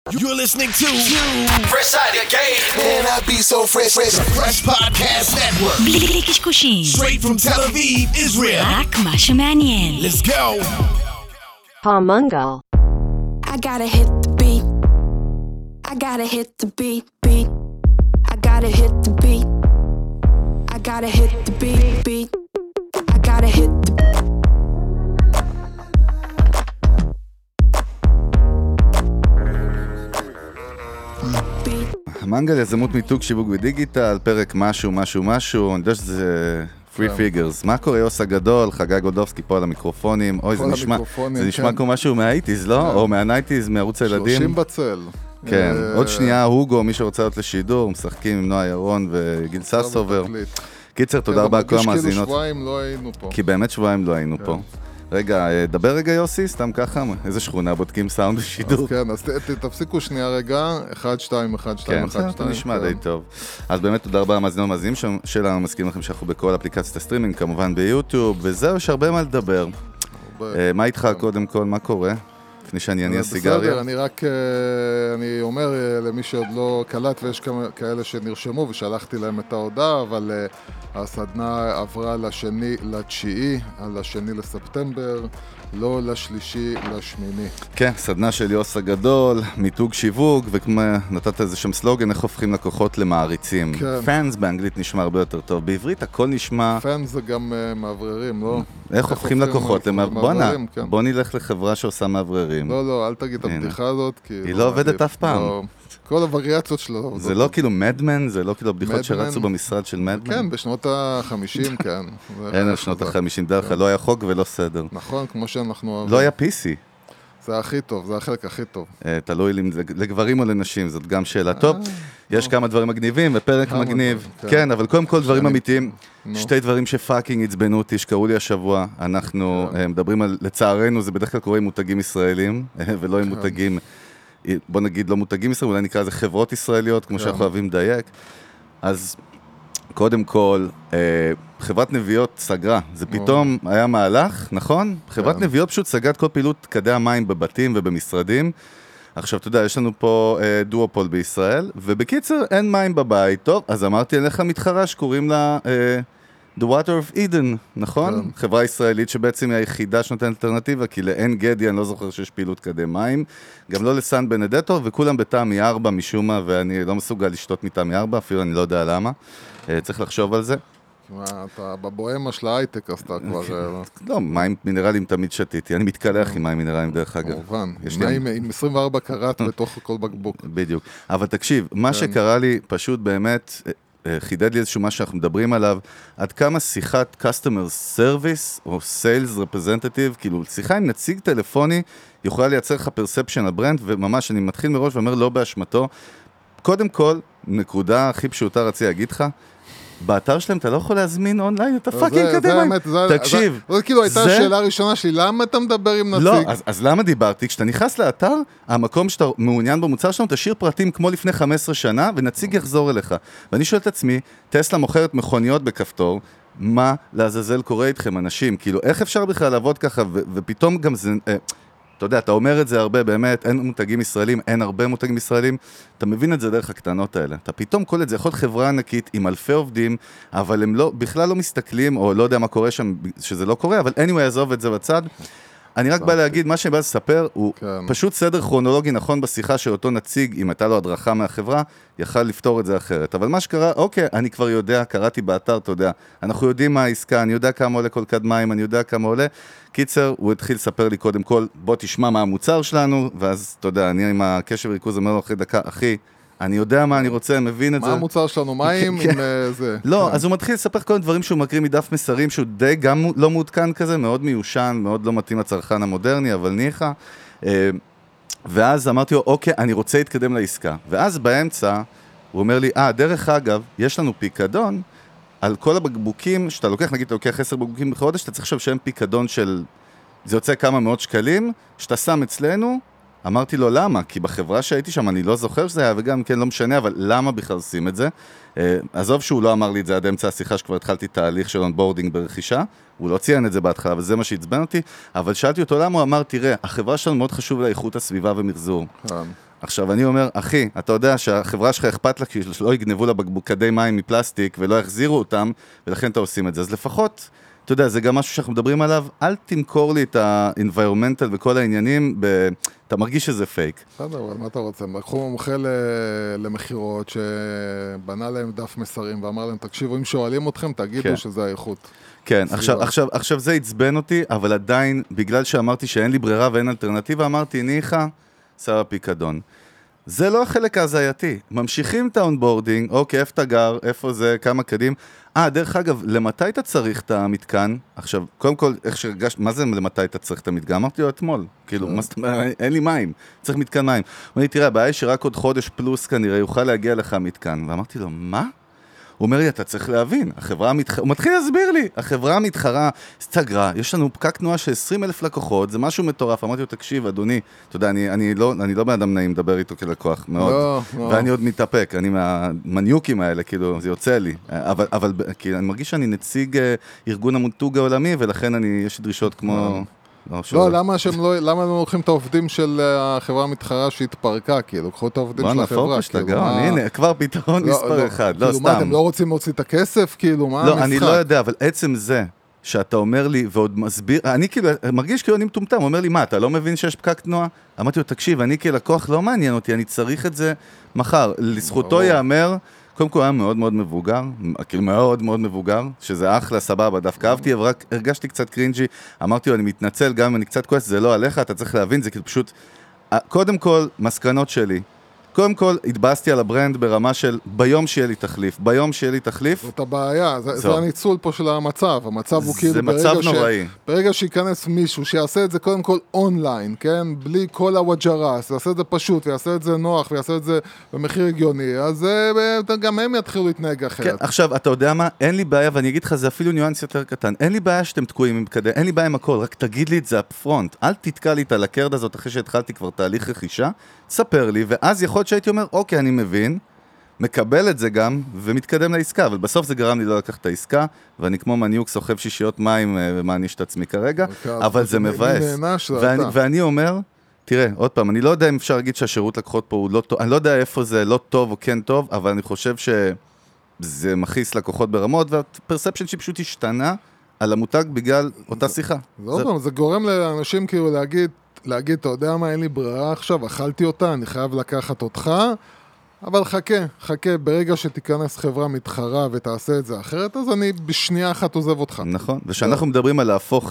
You're listening to Fresh Out of Game. Man, I be so fresh. Fresh Podcast Network. בלי קשקושים. Straight from Tel Aviv, Israel. רק מה שמעניין. Let's go. Palmungal. I gotta hit the beat. I gotta hit the beat. I gotta hit the beat. I gotta hit the beat. I gotta hit the מנגל יזמות מיתוג שיווק ודיגיטל, פרק משהו, אני יודע שזה free figures. מה קורה יוס הגדול, חגי גולדובסקי פה על המיקרופונים, אוי זה נשמע כמו משהו מהאיטיז, לא? או מהנייטיז, מערוץ הילדים. 30 בצל. כן, עוד שנייה, הוגו, מי שרוצה להיות לשידור, משחקים עם נועה ירון וגיל ססובר. קיצר, תודה רבה כל המאזינות. שבועיים לא היינו פה. כי באמת שבועיים לא היינו פה. רגע, דבר רגע יוסי, סתם ככה, איזה שכונה בודקים סאונד ושידור. אז כן, אז תפסיקו שנייה רגע, 1, 2, 1, 2, 1, 2. כן, נשמע די טוב. אז באמת תודה רבה למאזינות ומאזינים שלנו, מזכירים לכם שאנחנו בכל אפליקציית הסטרימינג, כמובן ביוטיוב, וזהו, יש הרבה מה לדבר. מה איתך קודם כל, מה קורה? לפני שאני אניע סיגריה. בסדר, אני אומר למי שעוד לא קלט, ויש כאלה שנרשמו ושלחתי להם את ההודעה, אבל הסדנה עברה לשני לספטמבר, לא לשלישי, לשמיני. כן, סדנה של יוס הגדול, מיתוג שיווק, וכמו נתת איזה שם סלוגן, איך הופכים לקוחות למעריצים. פאנס באנגלית נשמע הרבה יותר טוב, בעברית הכל נשמע... פאנס זה גם מאווררים, לא? איך הופכים לקוחות למאווררים? בוא נלך לחברה שעושה מאווררים. לא, אל תגיד את הבדיחה הזאת, כי... היא לא עובדת אף פעם. כל הווריאציות שלו. זה לא כאילו מדמן, זה לא כאילו בדיחות שרצו במשרד של מדמן? כן, בשנות ה-50, כן. אין, בשנות ה-50, דרך כלל לא היה חוק ולא סדר. נכון, כמו שאנחנו אוהבים. לא היה PC. זה הכי טוב, זה החלק הכי טוב. תלוי לגברים או לנשים, זאת גם שאלה. טוב, יש כמה דברים מגניבים ופרק מגניב. כן, אבל קודם כל דברים אמיתיים. שתי דברים שפאקינג הצבנו אותי, שקראו לי השבוע. אנחנו מדברים על, לצערנו, זה בדרך כלל קורה עם מותגים ישראלים, ולא עם מותגים, בוא נגיד לא מותגים ישראלים, אולי נקרא לזה חברות ישראליות, כמו שאנחנו אוהבים דייק. אז קודם כל, חברת נביאות סגרה, זה פתאום היה מהלך, נכון? חברת נביאות פשוט סגרת כל פעילות קדי המים בבתים ובמשרדים. עכשיו, אתה יודע, יש לנו פה דואופול בישראל, ובקיצר, אין מים בבית. טוב, אז אמרתי עליך מתחרה שקוראים לה The Water of Eden, נכון? חברה ישראלית שבעצם היא היחידה שנותנת אלטרנטיבה, כי לאין גדי, אני לא זוכר שיש פעילות קדי מים, גם לא לסן בנדטו, וכולם בטעמי 4 משום מה, ואני לא מסוגל לשתות מטעמי 4, אפילו אני לא יודע למה. צריך לחשוב על זה. אתה בבוהמה של ההייטק, אז אתה כבר... לא, מים מינרלים תמיד שתיתי, אני מתקלח עם מים מינרלים דרך אגב. כמובן, מים עם 24 קראט בתוך כל בקבוק. בדיוק, אבל תקשיב, מה שקרה לי פשוט באמת... חידד לי איזשהו מה שאנחנו מדברים עליו, עד כמה שיחת customer service או sales representative, כאילו שיחה עם נציג טלפוני, יכולה לייצר לך perception לברנד, וממש אני מתחיל מראש ואומר לא באשמתו. קודם כל, נקודה הכי פשוטה רציתי להגיד לך, באתר שלהם אתה לא יכול להזמין אונליין, אתה פאקינג קדם. תקשיב. זה כאילו הייתה השאלה הראשונה שלי, למה אתה מדבר עם נציג? לא, אז למה דיברתי? כשאתה נכנס לאתר, המקום שאתה מעוניין במוצר שלנו, תשאיר פרטים כמו לפני 15 שנה, ונציג יחזור אליך. ואני שואל את עצמי, טסלה מוכרת מכוניות בכפתור, מה לעזאזל קורה איתכם, אנשים? כאילו, איך אפשר בכלל לעבוד ככה, ופתאום גם זה... אתה יודע, אתה אומר את זה הרבה, באמת, אין מותגים ישראלים, אין הרבה מותגים ישראלים, אתה מבין את זה דרך הקטנות האלה. אתה פתאום כל את זה, יכול להיות חברה ענקית עם אלפי עובדים, אבל הם לא, בכלל לא מסתכלים, או לא יודע מה קורה שם, שזה לא קורה, אבל anyway, עזוב את זה בצד. אני רק בא להגיד, מה שאני בא לספר, הוא פשוט סדר כרונולוגי נכון בשיחה של אותו נציג, אם הייתה לו הדרכה מהחברה, יכל לפתור את זה אחרת. אבל מה שקרה, אוקיי, אני כבר יודע, קראתי באתר, אתה יודע, אנחנו יודעים מה העסקה, אני יודע כמה עולה כל כד מים, אני יודע כמה עולה. קיצר, הוא התחיל לספר לי קודם כל, בוא תשמע מה המוצר שלנו, ואז, אתה יודע, אני עם הקשב וריכוז אומר לו אחרי דקה, אחי, אני יודע מה אני רוצה, מבין את זה. מה המוצר שלנו, מים עם זה? לא, אז הוא מתחיל לספר כל דברים שהוא מקריא מדף מסרים, שהוא די גם לא מעודכן כזה, מאוד מיושן, מאוד לא מתאים לצרכן המודרני, אבל ניחה. ואז אמרתי לו, אוקיי, אני רוצה להתקדם לעסקה. ואז באמצע, הוא אומר לי, דרך אגב, יש לנו פיקדון על כל הבקבוקים, שאתה לוקח, נגיד, אתה לוקח 10 בקבוקים בחודש, אתה צריך עכשיו שהם פיקדון של, זה יוצא כמה מאות שקלים, שאתה שם אצלנו, אמרתי לו למה, כי בחברה שהייתי שם אני לא זוכר שזה היה וגם כן לא משנה, אבל למה בכלל עושים את זה? עזוב שהוא לא אמר לי את זה עד אמצע השיחה שכבר התחלתי תהליך של אונבורדינג ברכישה, הוא לא ציין את זה בהתחלה וזה מה שהצבן אותי, אבל שאלתי אותו למה, הוא אמר תראה, החברה שלנו מאוד חשוב לאיכות הסביבה ומחזור. עכשיו, אני אומר, אחי, אתה יודע שהחברה שלך אכפת לה, כי לא יגנבו לה בקבוקי מים מפלסטיק ולא יחזירו אותם, ולכן אתה עושים את זה. אז לפחות, אתה יודע, זה גם משהו שאנחנו מדברים עליו, אל תמכור לי את ה-environmental וכל העניינים, אתה מרגיש שזה פייק. בסדר, אבל מה אתה רוצה? לקחו מומחה למחירות שבנה להם דף מסרים ואמר להם, תקשיבו, אם שואלים אתכם, תגידו שזה האיכות. כן, עכשיו זה עצבן אותי, אבל עדיין, בגלל שאמרתי שאין לי ברירה ואין אלטרנטיבה, אמרתי, ניחה, שר הפיקדון. זה לא החלק ההזייתי. ממשיכים את האונבורדינג, אוקיי, איפה אתה גר, איפה זה, כמה קדים. דרך אגב, למתי אתה צריך את המתקן? עכשיו, קודם כל, איך שהרגשת, מה זה למתי אתה צריך את המתקן? אמרתי לו אתמול, כאילו, אין לי מים, צריך מתקן מים. הוא אומר, תראה, הבעיה היא שרק עוד חודש פלוס כנראה יוכל להגיע לך המתקן. ואמרתי לו, מה? הוא אומר לי, אתה צריך להבין, הוא מתחיל להסביר לי, החברה המתחרה סגרה, יש לנו פקק תנועה של 20,000 לקוחות, זה משהו מטורף, אמרתי לו, תקשיב, אדוני, אתה יודע, אני לא באדם נעים לדבר איתו כלקוח, מאוד, ואני עוד מתאפק, אני מהמניוקים האלה, כאילו, זה יוצא לי, אבל אני מרגיש שאני נציג ארגון המותג העולמי, ולכן יש דרישות כמו... לא, למה לא לוקחים את העובדים של החברה המתחרה שהתפרקה, כאילו, לקחו את העובדים של החברה. פוקוס לגאון, הנה, כבר פתרון מספר אחד, לא סתם. מה, אתם לא רוצים להוציא את הכסף, כאילו, מה המשחק? לא, אני לא יודע, אבל עצם זה שאתה אומר לי, ועוד מסביר, אני כאילו, מרגיש כאילו אני מטומטם, הוא אומר לי, מה, אתה לא מבין שיש פקק תנועה? אמרתי לו, תקשיב, אני כלקוח לא מעניין אותי, אני צריך את זה מחר. לזכותו יאמר, קודם כל היה מאוד מאוד מבוגר, כאילו מאוד מאוד מבוגר, שזה אחלה, סבבה, דווקא אהבתי, אבל רק הרגשתי קצת קרינג'י, אמרתי לו, אני מתנצל, גם אם אני קצת כועס, זה לא עליך, אתה צריך להבין, זה כאילו פשוט, קודם כל, מסקנות שלי, קודם כל, התבאסתי על הברנד ברמה של ביום שיהיה לי תחליף, זאת הבעיה, זה הניצול פה של המצב הוא כאילו זה מצב נוראי. ברגע שיכנס מישהו שיעשה את זה קודם כל אונליין, כן? בלי כל הווג'רס, יעשה את זה פשוט ויעשה את זה נוח ויעשה את זה במחיר הגיוני, אז גם הם יתחילו להתנהג אחרת. כן, עכשיו, אתה יודע מה? אין לי בעיה, ואני אגיד לך, זה אפילו ניואנס יותר קטן, אין לי בעיה שאתם תקועים עם כדי, אין לי בעיה עם הכל, רק תגיד לי את זה הפרונט, אל תתקע לי את הלקרד הזאת אחרי שהתחלתי כבר תהליך רכישה, תספר לי, ואז יכול להיות שהייתי אומר, אוקיי, אני מבין, מקבל את זה גם, ומתקדם לעסקה, אבל בסוף זה גרם לי לא לקחת את העסקה, ואני כמו מניוק סוחב שישיות מים ומעניש את עצמי כרגע, אבל זה מבאס. ואני אומר, תראה, עוד פעם, אני לא יודע אם אפשר להגיד שהשירות לקוחות פה הוא לא טוב, אני לא יודע איפה זה לא טוב או כן טוב, אבל אני חושב שזה מכיס לקוחות ברמות, והפרספשן שפשוט השתנה על המותג בגלל אותה שיחה. זה גורם לאנשים כאילו להגיד, אתה יודע מה, אין לי ברירה עכשיו, אכלתי אותה, אני חייב לקחת אותך, אבל חכה, ברגע שתיכנס חברה מתחרה ותעשה את זה אחרת, אז אני בשנייה אחת עוזב אותך. נכון, ושאנחנו מדברים על להפוך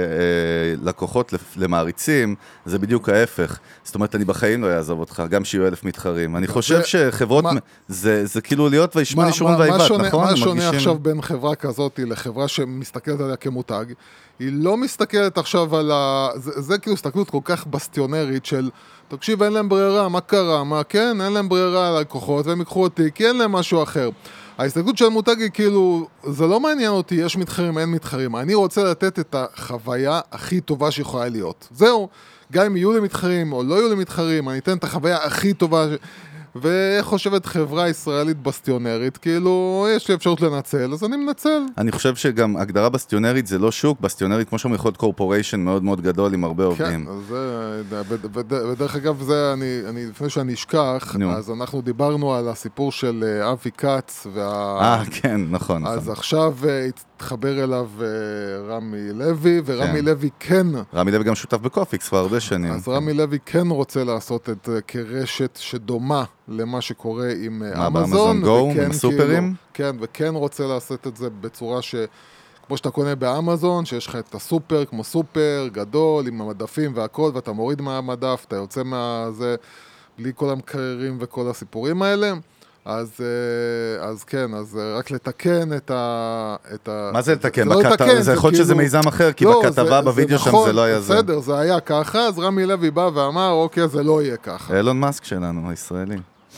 לקוחות למעריצים, זה בדיוק ההפך. זאת אומרת, אני בחיים לא אעזוב אותך, גם שיהיו 1,000 מתחרים. אני חושב שחברות, זה כאילו להיות וישמע נשארון ואיבת, נכון? מה שונה עכשיו בין חברה כזאת לחברה שמסתכלת עליה כמותג? היא לא מסתכלת עכשיו על זה כאילו הסתכלות כל כך בסטיונרית של, תקשיב, אין להם ברירה, מה קרה? מה כן? אין להם ברירה על הלקוחות, והם יקחו אותי, כי אין להם משהו אחר. ההסתכלות של המותג היא כאילו, זה לא מעניין אותי, יש מתחרים, אין מתחרים. אני רוצה לתת את החוויה הכי טובה שיכולה להיות. זהו, גם אם יהיו לי מתחרים או לא יהיו לי מתחרים, אני אתן את החוויה הכי טובה ואיך חושבת חברה ישראלית בסטיונרית, כאילו יש לי אפשרות לנצל, אז אני מנצל. אני חושב שגם הגדרה בסטיונרית זה לא שוק, בסטיונרית כמו שאומר יכול להיות קורפוריישן מאוד מאוד גדול עם הרבה עובדים. כן, ודרך אגב זה, לפני שאני אשכח, אז אנחנו דיברנו על הסיפור של אבי קץ, כן, נכון. אז עכשיו התחבר אליו רמי לוי, ורמי לוי כן. רמי לוי גם שותף בקופיקס כבר הרבה שנים. אז רמי לוי כן רוצה לעשות את זה כרשת שדומה למה שקורה עם אמזון. גו, עם הסופרים? כן, וכן רוצה לעשות את זה בצורה כמו שאתה קונה באמזון, שיש לך את הסופר, כמו סופר גדול, עם המדפים והכל, ואתה מוריד מהמדף, אתה יוצא מהזה, בלי כל המקררים וכל הסיפורים האלה. אז כן, אז רק לתקן את ה... מה זה לתקן? זה יכול להיות שזה מיזם אחר, כי בכתבה, בווידאו שם זה לא היה זה. בסדר, זה היה ככה, אז רמי לוי בא ואמר, אוקיי, זה לא יהיה ככה. אילון מאסק שלנו, הישראלי.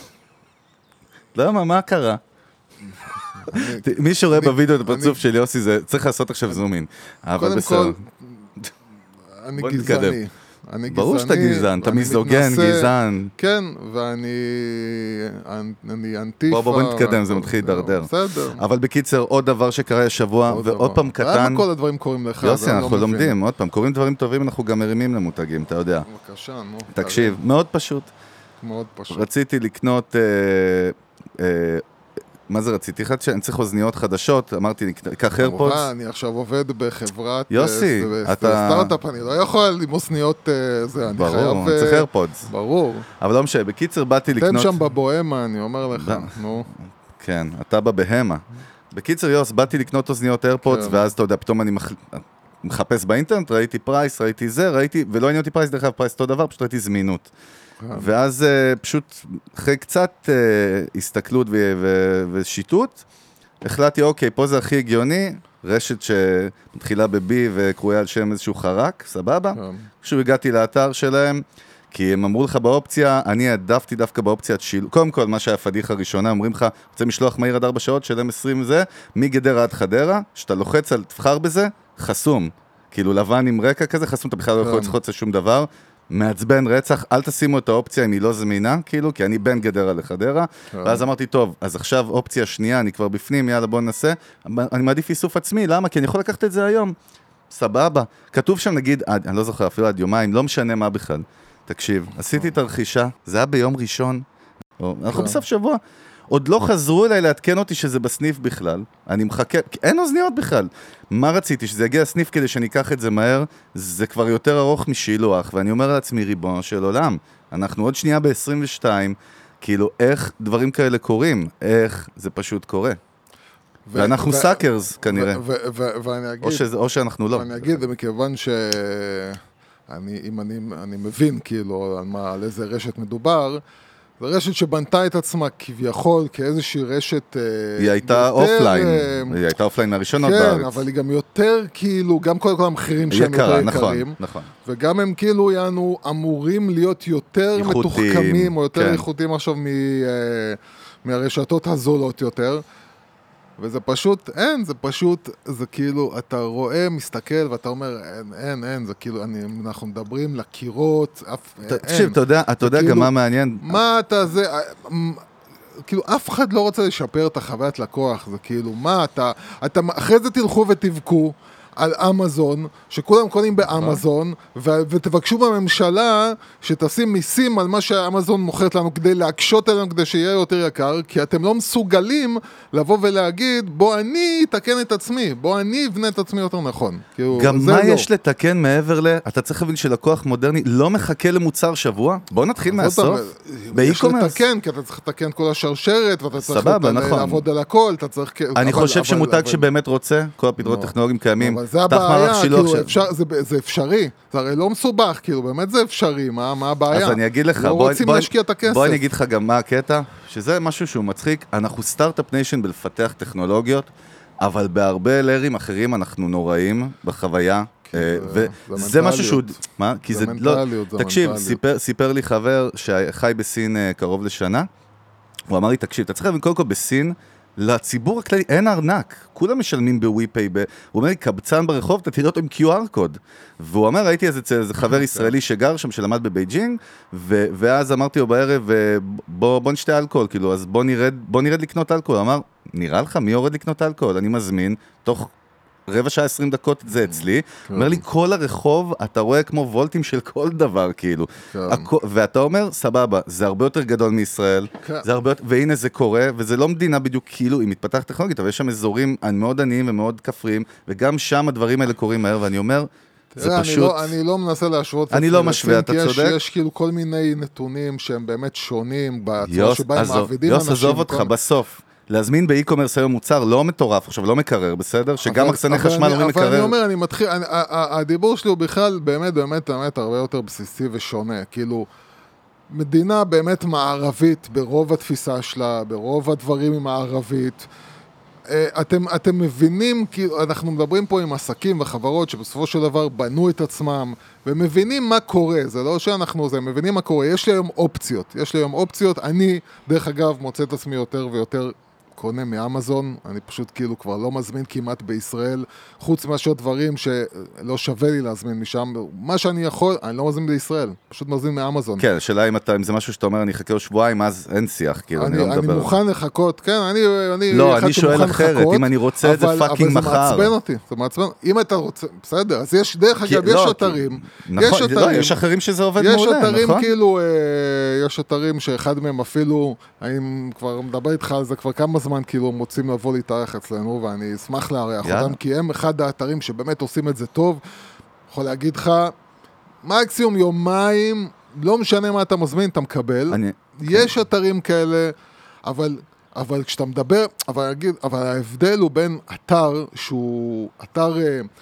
לא, מה קרה? מי שרואה בווידאו את הפרצוף של יוסי, זה צריך לעשות עכשיו זומין. קודם כל, אני גזעני. ברור שאתה גזען, אתה מיזוגן, גזען. כן, ואני אנטיפה. בוא נתקדם, זה מתחיל לדרדר. בסדר. אבל בקיצר, עוד דבר שקרה השבוע, ועוד פעם קטן. למה כל הדברים קוראים לך? יוסי, אנחנו לומדים, עוד פעם, קוראים דברים טובים, אנחנו גם מרימים למותגים, אתה יודע. בבקשה, נו. תקשיב, מאוד פשוט. מאוד פשוט. רציתי לקנות, מה זה רציתי? אני צריך אוזניות חדשות, אמרתי, קח איירפודס. אני עכשיו עובד בחברת יוסי, סטארט-אפ, אני לא יכול עם אוזניות, אני חייב... ברור, צריך איירפודס. ברור. אבל לא משנה, בקיצר באתי לקנות... תן שם בבוהמה, אני אומר לך, נו. כן, אתה בבהמה. בקיצר, יוס, באתי לקנות אוזניות איירפודס, ואז אתה יודע, פתאום אני מחפש באינטרנט, ראיתי פרייס, ראיתי זה, ולא עניין אותי פרייס, דרך אגב, פרייס אותו דבר, פשוט ראיתי זמינות. ואז פשוט אחרי קצת הסתכלות ושיטות, החלטתי, אוקיי, פה זה הכי הגיוני, רשת שמתחילה ב-B וקרויה על שם איזשהו חרק, סבבה? כשהוא הגעתי לאתר שלהם, כי הם אמרו לך באופציה, אני העדפתי דווקא באופציית שילוב, קודם כל, מה שהיה פדיחה ראשונה, אומרים לך, רוצה משלוח מהיר עד 4 שעות, שלם 20 זה, מגדרה עד חדרה, שאתה לוחץ על תבחר בזה, חסום. כאילו לבן עם רקע כזה, חסום, אתה בכלל לא יכול לצחוץ לשום דבר, מעצבן רצח, אל תשימו את האופציה אם היא לא זמינה, כאילו, כי אני בין גדרה לחדרה, ואז אמרתי, טוב, אז עכשיו אופציה שנייה, אני כבר בפנים, יאללה בוא ננסה, אני מעדיף איסוף עצמי, למה? כי אני יכול לקחת את זה היום. סבבה. כתוב שם נגיד, אני לא זוכר אפילו עד יומיים, לא משנה מה בכלל. תקשיב, עשיתי את הרכישה, זה היה ביום ראשון, אנחנו בסוף שבוע, עוד לא חזרו אליי להתקן אותי שזה בסניף בכלל, אני מחכה, אין אוזניות בכלל. מה רציתי? שזה יגיע לסניף כדי שאני אקח את זה מהר, זה כבר יותר ארוך משילוח, ואני אומר לעצמי, ריבונו של עולם, אנחנו עוד שנייה ב-22, כאילו איך דברים כאלה קורים, איך זה פשוט קורה. ואנחנו סאקרס כנראה, או שאנחנו לא. ואני אגיד, מכיוון ש... אני מבין כאילו על איזה רשת מדובר, זו רשת שבנתה את עצמה כביכול כאיזושהי רשת... היא הייתה אופליין, היא הייתה אופליין מהראשונות בארץ. כן, אבל היא גם יותר כאילו, גם כל המחירים שהם יותר יקרים. נכון. וגם הם כאילו יענו אמורים להיות יותר מתוחכמים, או יותר איכותיים עכשיו מהרשתות הזולות יותר. וזה פשוט, זה פשוט, זה כאילו, אתה רואה, מסתכל, ואתה אומר, אין, זה כאילו, אנחנו מדברים לקירות, תקשיב, אתה יודע גם מה מעניין? מה אתה זה, כאילו, אף אחד לא רוצה לשפר את החוויית לקוח, זה כאילו, מה אתה אחרי זה תלכו ותבכו, על אמזון, שכולם קונים באמזון, ותבקשו בממשלה שתשים מיסים על מה שאמזון מוכרת לנו כדי להקשות עלינו, כדי שיהיה יותר יקר, כי אתם לא מסוגלים לבוא ולהגיד, בוא אני אתקן את עצמי, בוא אני אבנה את עצמי יותר נכון. גם מה יש לתקן מעבר אתה צריך להבין שלקוח מודרני לא מחכה למוצר שבוע? בוא נתחיל מהסוף. יש לתקן, כי אתה צריך לתקן כל השרשרת, ואתה צריך לעבוד על הכל, אתה צריך... אני חושב שמותג שבאמת רוצה, כל הפתרונות טכנולוגיים קיימים, זה הבעיה, כאילו, זה אפשרי, זה הרי לא מסובך, כאילו, באמת זה אפשרי, מה הבעיה? אז אני אגיד לך, לא רוצים להשקיע את הכסף. בוא אני אגיד לך גם מה הקטע, שזה משהו שהוא מצחיק, אנחנו סטארט-אפ ניישן בלפתח טכנולוגיות, אבל בהרבה לרים אחרים אנחנו נוראים בחוויה, וזה משהו שהוא... מה? כי זה לא... תקשיב, סיפר לי חבר שחי בסין קרוב לשנה, הוא אמר לי, תקשיב, אתה צריך להבין קודם כל בסין, לציבור הכללי אין ארנק, כולם משלמים בוויפיי, הוא אומר לי, קבצן ברחוב, אתה תראה אותו עם QR קוד, והוא אומר, ראיתי איזה חבר ישראלי שגר שם, שלמד בבייג'ינג, ואז אמרתי לו בערב, בוא נשתה אלכוהול, כאילו, אז בוא נרד לקנות אלכוהול, הוא אמר, נראה לך, מי יורד לקנות אלכוהול? אני מזמין, תוך 15 שעה 20 דקות זה אצלי, אומר לי, כל הרחוב, אתה רואה כמו וולטים של כל דבר, כאילו. ואתה אומר, סבבה, זה הרבה יותר גדול מישראל, והנה זה קורה, וזה לא מדינה בדיוק כאילו, היא מתפתחת טכנולוגית, אבל יש שם אזורים מאוד עניים ומאוד כפריים, וגם שם הדברים האלה קורים מהר, ואני אומר, זה פשוט... אני לא מנסה להשוות... אני לא משווה, אתה צודק. יש כאילו כל מיני נתונים שהם באמת שונים, בצורה שבהם מעבידים אנשים... עזוב אותך, בסוף. להזמין באי-קומרס היום מוצר לא מטורף, עכשיו לא מקרר, בסדר? שגם מחסני חשמל אומרים מקרר. אבל אני אומר, אני מתחיל, הדיבור שלי הוא בכלל באמת, באמת, באמת הרבה יותר בסיסי ושונה. כאילו, מדינה באמת מערבית ברוב התפיסה שלה, ברוב הדברים עם הערבית. אתם מבינים, כאילו, אנחנו מדברים פה עם עסקים וחברות שבסופו של דבר בנו את עצמם, ומבינים מה קורה, זה לא שאנחנו זה, מבינים מה קורה, יש לי היום אופציות, אני, דרך אגב, מוצא את עצמי יותר ויותר קונה מאמזון, אני פשוט כאילו כבר לא מזמין כמעט בישראל, חוץ מאשר דברים שלא שווה לי להזמין משם, מה שאני יכול, אני לא מזמין בישראל, פשוט מזמין מאמזון. כן, השאלה אם זה משהו שאתה אומר, אני אחכה עוד שבועיים, אז אין שיח, כאילו, אני לא מדבר. אני מוכן לחכות, כן, לא, אני שואל אחרת, אם אני רוצה את זה פאקינג מחר. אבל זה מעצבן אותי, זה מעצבן, אם אתה רוצה, בסדר, אז יש דרך אגב, יש אתרים, נכון, יש אחרים שזה עובד מעולה, נכון? יש אתרים כאילו, יש אתרים שאחד מהם אפילו, אני כבר מדבר איתך על זה כבר כמה זמן, כאילו מוצאים לבוא להתארח אצלנו, ואני אשמח להריח אותם, כי הם אחד האתרים שבאמת עושים את זה טוב, יכול להגיד לך, מקסימום יומיים, לא משנה מה אתה מזמין, אתה מקבל, יש אתרים כאלה, אבל כשאתה מדבר, אבל ההבדל הוא בין אתר שהוא אתר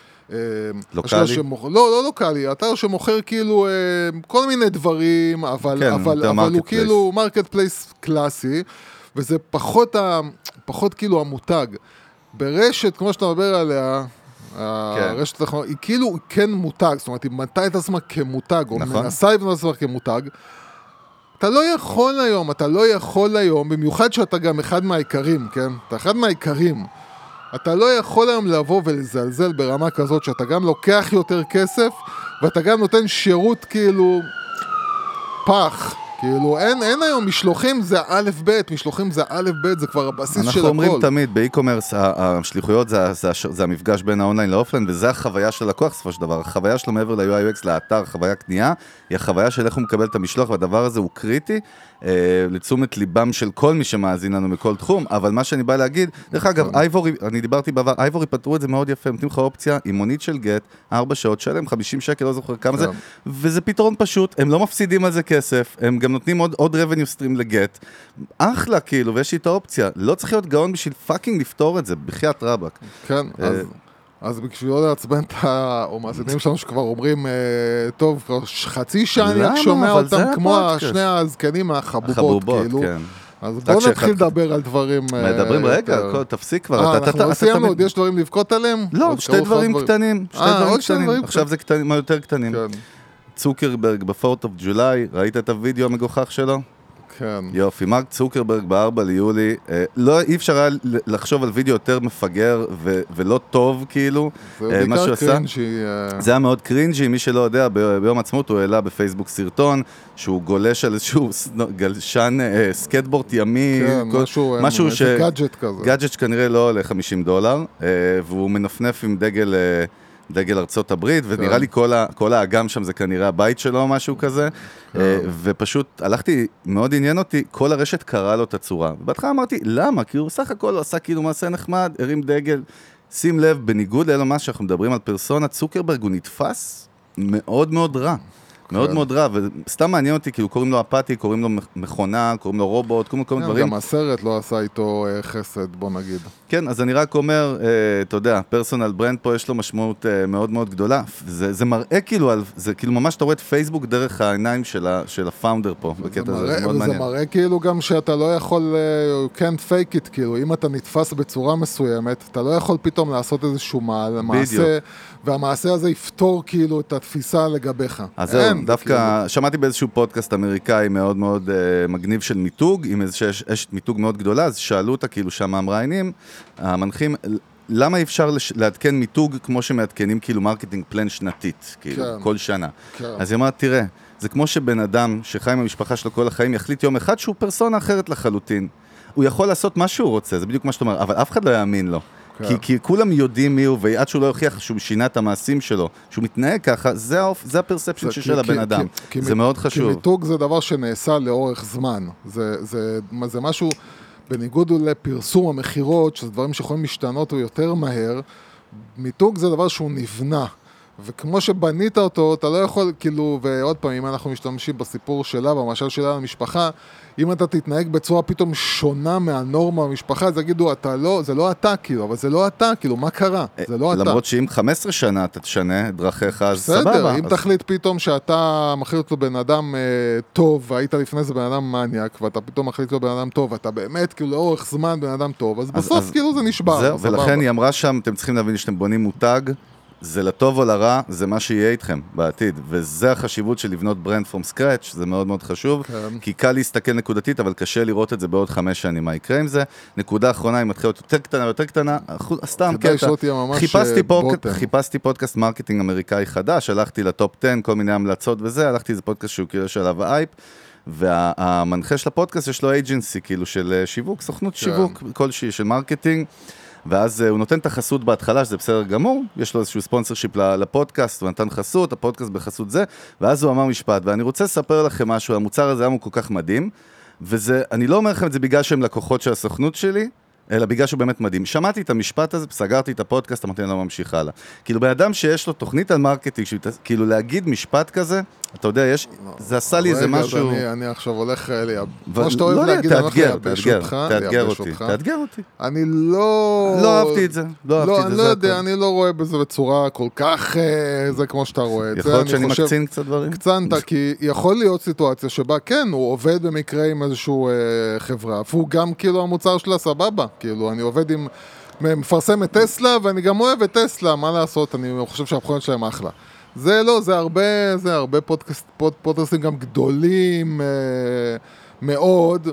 לוקלי? לא לוקלי, אתר שמוכר כאילו כל מיני דברים, אבל הוא כאילו מרקט פלייס קלאסי, וזה פחות כאילו המותג. ברשת, כמו שאתה מדבר עליה, הרשת היא כאילו כן מותג, זאת אומרת, היא מנתה את עצמה כמותג, או מנסה לבנות את עצמה כמותג, אתה לא יכול היום, במיוחד שאתה גם אחד מהעיקרים, כן? אתה אחד מהעיקרים. אתה לא יכול היום לבוא ולזלזל ברמה כזאת שאתה גם לוקח יותר כסף, ואתה גם נותן שירות כאילו פח. כאילו אין היום משלוחים זה א' ב', משלוחים זה א' ב', זה כבר הבסיס של הכל. אנחנו אומרים תמיד, באי-קומרס, השליחויות זה המפגש בין האונליין לאופליין, וזה החוויה של לקוח סופו של דבר. החוויה שלו מעבר ל-UI/UX לאתר, חוויה קנייה, היא החוויה של איך הוא מקבל את המשלוח, והדבר הזה הוא קריטי, לתשומת ליבם של כל מי שמאזין לנו מכל תחום, אבל מה שאני בא להגיד, דרך אגב, אייבורי, אני דיברתי בעבר, אייבורי פתרו את זה מאוד יפה, נותנים לך אופציה, עם מונית של גט, 4 שעות, שלם 50 שקל, לא זוכר כמה זה, וזה פתרון פשוט, הם לא מפסידים על זה כסף, הם גם נותנים עוד revenue stream לגט, אחלה כאילו, ויש לי את האופציה, לא צריך להיות גאון בשביל פאקינג לפתור את זה, בחיית רבק. כן, אז בשביל לא לעצבן את המאזינים שלנו שכבר אומרים, טוב, חצי שעה אני רק שומע אותם כמו שני הזקנים החבובות, כאילו. אז בואו נתחיל לדבר על דברים... מדברים, רגע, תפסיק כבר. אנחנו סיימנו, עוד יש דברים לבכות עליהם? לא, שתי דברים קטנים. עכשיו זה יותר קטנים. צוקרברג ב-4th of July, ראית את הוידאו המגוחך שלו? כן. יופי, מרק צוקרברג ב-4 ליולי, אי אפשר היה לחשוב על וידאו יותר מפגר ולא טוב כאילו, מה שהוא עשה. זה היה מאוד קרינג'י, מי שלא יודע, ביום עצמאות הוא העלה בפייסבוק סרטון, שהוא גולש על איזשהו גלשן סקטבורד ימי, משהו גאדג'ט כזה. גאדג'ט שכנראה לא עולה $50, והוא מנפנף עם דגל ארצות הברית, ונראה לי כל האגם שם זה כנראה הבית שלו או משהו כזה, ופשוט הלכתי, מאוד עניין אותי, כל הרשת קראה לו את הצורה. ובהתחלה אמרתי, למה? כי הוא סך הכל עשה כאילו מעשה נחמד, הרים דגל, שים לב, בניגוד לאלו מה שאנחנו מדברים על פרסונה, צוקרברג הוא נתפס מאוד מאוד רע. מאוד מאוד רע, וסתם מעניין אותי, כאילו קוראים לו אפאתי, קוראים לו מכונה, קוראים לו רובוט, כל מיני דברים. גם הסרט לא עשה איתו חסד, בוא נגיד. כן, אז אני רק אומר, אתה יודע, פרסונל ברנד פה יש לו משמעות מאוד מאוד גדולה. זה מראה כאילו, זה כאילו ממש אתה רואה את פייסבוק דרך העיניים של הפאונדר פה, בקטע הזה, זה מאוד מעניין. וזה מראה כאילו גם שאתה לא יכול, you can't fake it, כאילו, אם אתה נתפס בצורה מסוימת, אתה לא יכול פתאום לעשות איזשהו מעשה, והמעשה הזה יפתור כאילו את התפיסה לגביך. אז זהו, דווקא שמעתי באיזשהו פודקאסט אמריקאי מאוד מאוד מגניב של מיתוג, עם איזושהי אשת מיתוג מאוד גדולה, אז שאלו אותה כאילו שם המראיינים, המנחים, למה אי אפשר לעדכן מיתוג כמו שמעדכנים כאילו מרקטינג פלן שנתית, כאילו כל שנה. אז היא אמרה, תראה, זה כמו שבן אדם שחי עם המשפחה שלו כל החיים יחליט יום אחד שהוא פרסונה אחרת לחלוטין. הוא יכול לעשות מה שהוא רוצה, זה בדיוק מה שאתה אומר, אבל אף אחד לא יאמין לו. כי כולם יודעים מי הוא, ועד שהוא לא יוכיח שהוא שינה את המעשים שלו, שהוא מתנהג ככה, זה הפרספציה של הבן אדם. זה מאוד חשוב. כי מיתוג זה דבר שנעשה לאורך זמן. זה משהו, בניגוד לפרסום המחירות, שזה דברים שיכולים להשתנות יותר מהר, מיתוג זה דבר שהוא נבנה. וכמו שבנית אותו, אתה לא יכול, כאילו, ועוד פעם, אם אנחנו משתמשים בסיפור שלה, במשל שלה למשפחה, אם אתה תתנהג בצורה פתאום שונה מהנורמה במשפחה, אז יגידו, זה לא אתה, כאילו, אבל זה לא אתה, כאילו, מה קרה? זה לא אתה. למרות שאם 15 שנה אתה תשנה דרכיך, אז סבבה. בסדר, אם תחליט פתאום שאתה מחליט לו בן אדם טוב, והיית לפני זה בן אדם מניאק, ואתה פתאום מחליט לו בן אדם טוב, ואתה באמת, כאילו, לאורך זמן בן אדם טוב, אז בסוף, כאילו, זה נשבר. ולכן היא אמרה שם, אתם צריכים להבין שאתם בונים מותג, זה לטוב או לרע, זה מה שיהיה איתכם בעתיד, וזה החשיבות של לבנות ברנד from scratch, זה מאוד מאוד חשוב, כי קל להסתכל נקודתית, אבל קשה לראות את זה בעוד 5 שנים, מה יקרה עם זה. נקודה אחרונה, היא מתחילה יותר קטנה, סתם קטע, חיפשתי פודקאסט מרקטינג אמריקאי חדש, הלכתי לטופ 10, כל מיני המלצות וזה, הלכתי איזה פודקאסט שהוא כאילו של עליו אייפ, והמנחה של הפודקאסט יש לו אייג'נסי, כאילו של שיווק, סוכנות שיווק, כלשהי של מרקטינג, ואז הוא נותן את החסות בהתחלה, שזה בסדר גמור, יש לו איזשהו ספונסרשיפ לפודקאסט, הוא נתן חסות, הפודקאסט בחסות זה, ואז הוא אמר משפט, ואני רוצה לספר לכם משהו, המוצר הזה היה כל כך מדהים, וזה, אני לא אומר לכם את זה בגלל שהם לקוחות של הסוכנות שלי, אלא בגלל שהוא באמת מדהים. שמעתי את המשפט הזה, סגרתי את הפודקאסט, אמרתי, אני לא ממשיך הלאה. כאילו, באדם שיש לו תוכנית על מרקטינג, כאילו להגיד משפט כזה, אתה יודע, זה עשה לי איזה משהו... אני עכשיו הולך, כמו שאתה אוהב להגיד, אני הולך לייבש אותך. תאתגר אותי. אני לא... לא אהבתי את זה. אני לא יודע, אני לא רואה בזה בצורה כל כך... זה כמו שאתה רואה את זה. יכול להיות שאני מקצין קצת דברים? קצנת, כי יכול להיות סיטואציה שבה, כן, הוא עובד במקרה עם איזשהו חברה, והוא גם כאילו המוצר שלה סבבה. כאילו, אני עובד עם... מפרסם את טסלה, ואני גם אוהב את טסלה, מה לעשות? אני חושב שהמכוניות שלהם אחלה. זה לא, זה הרבה פודקאסטים גם גדולים מאוד,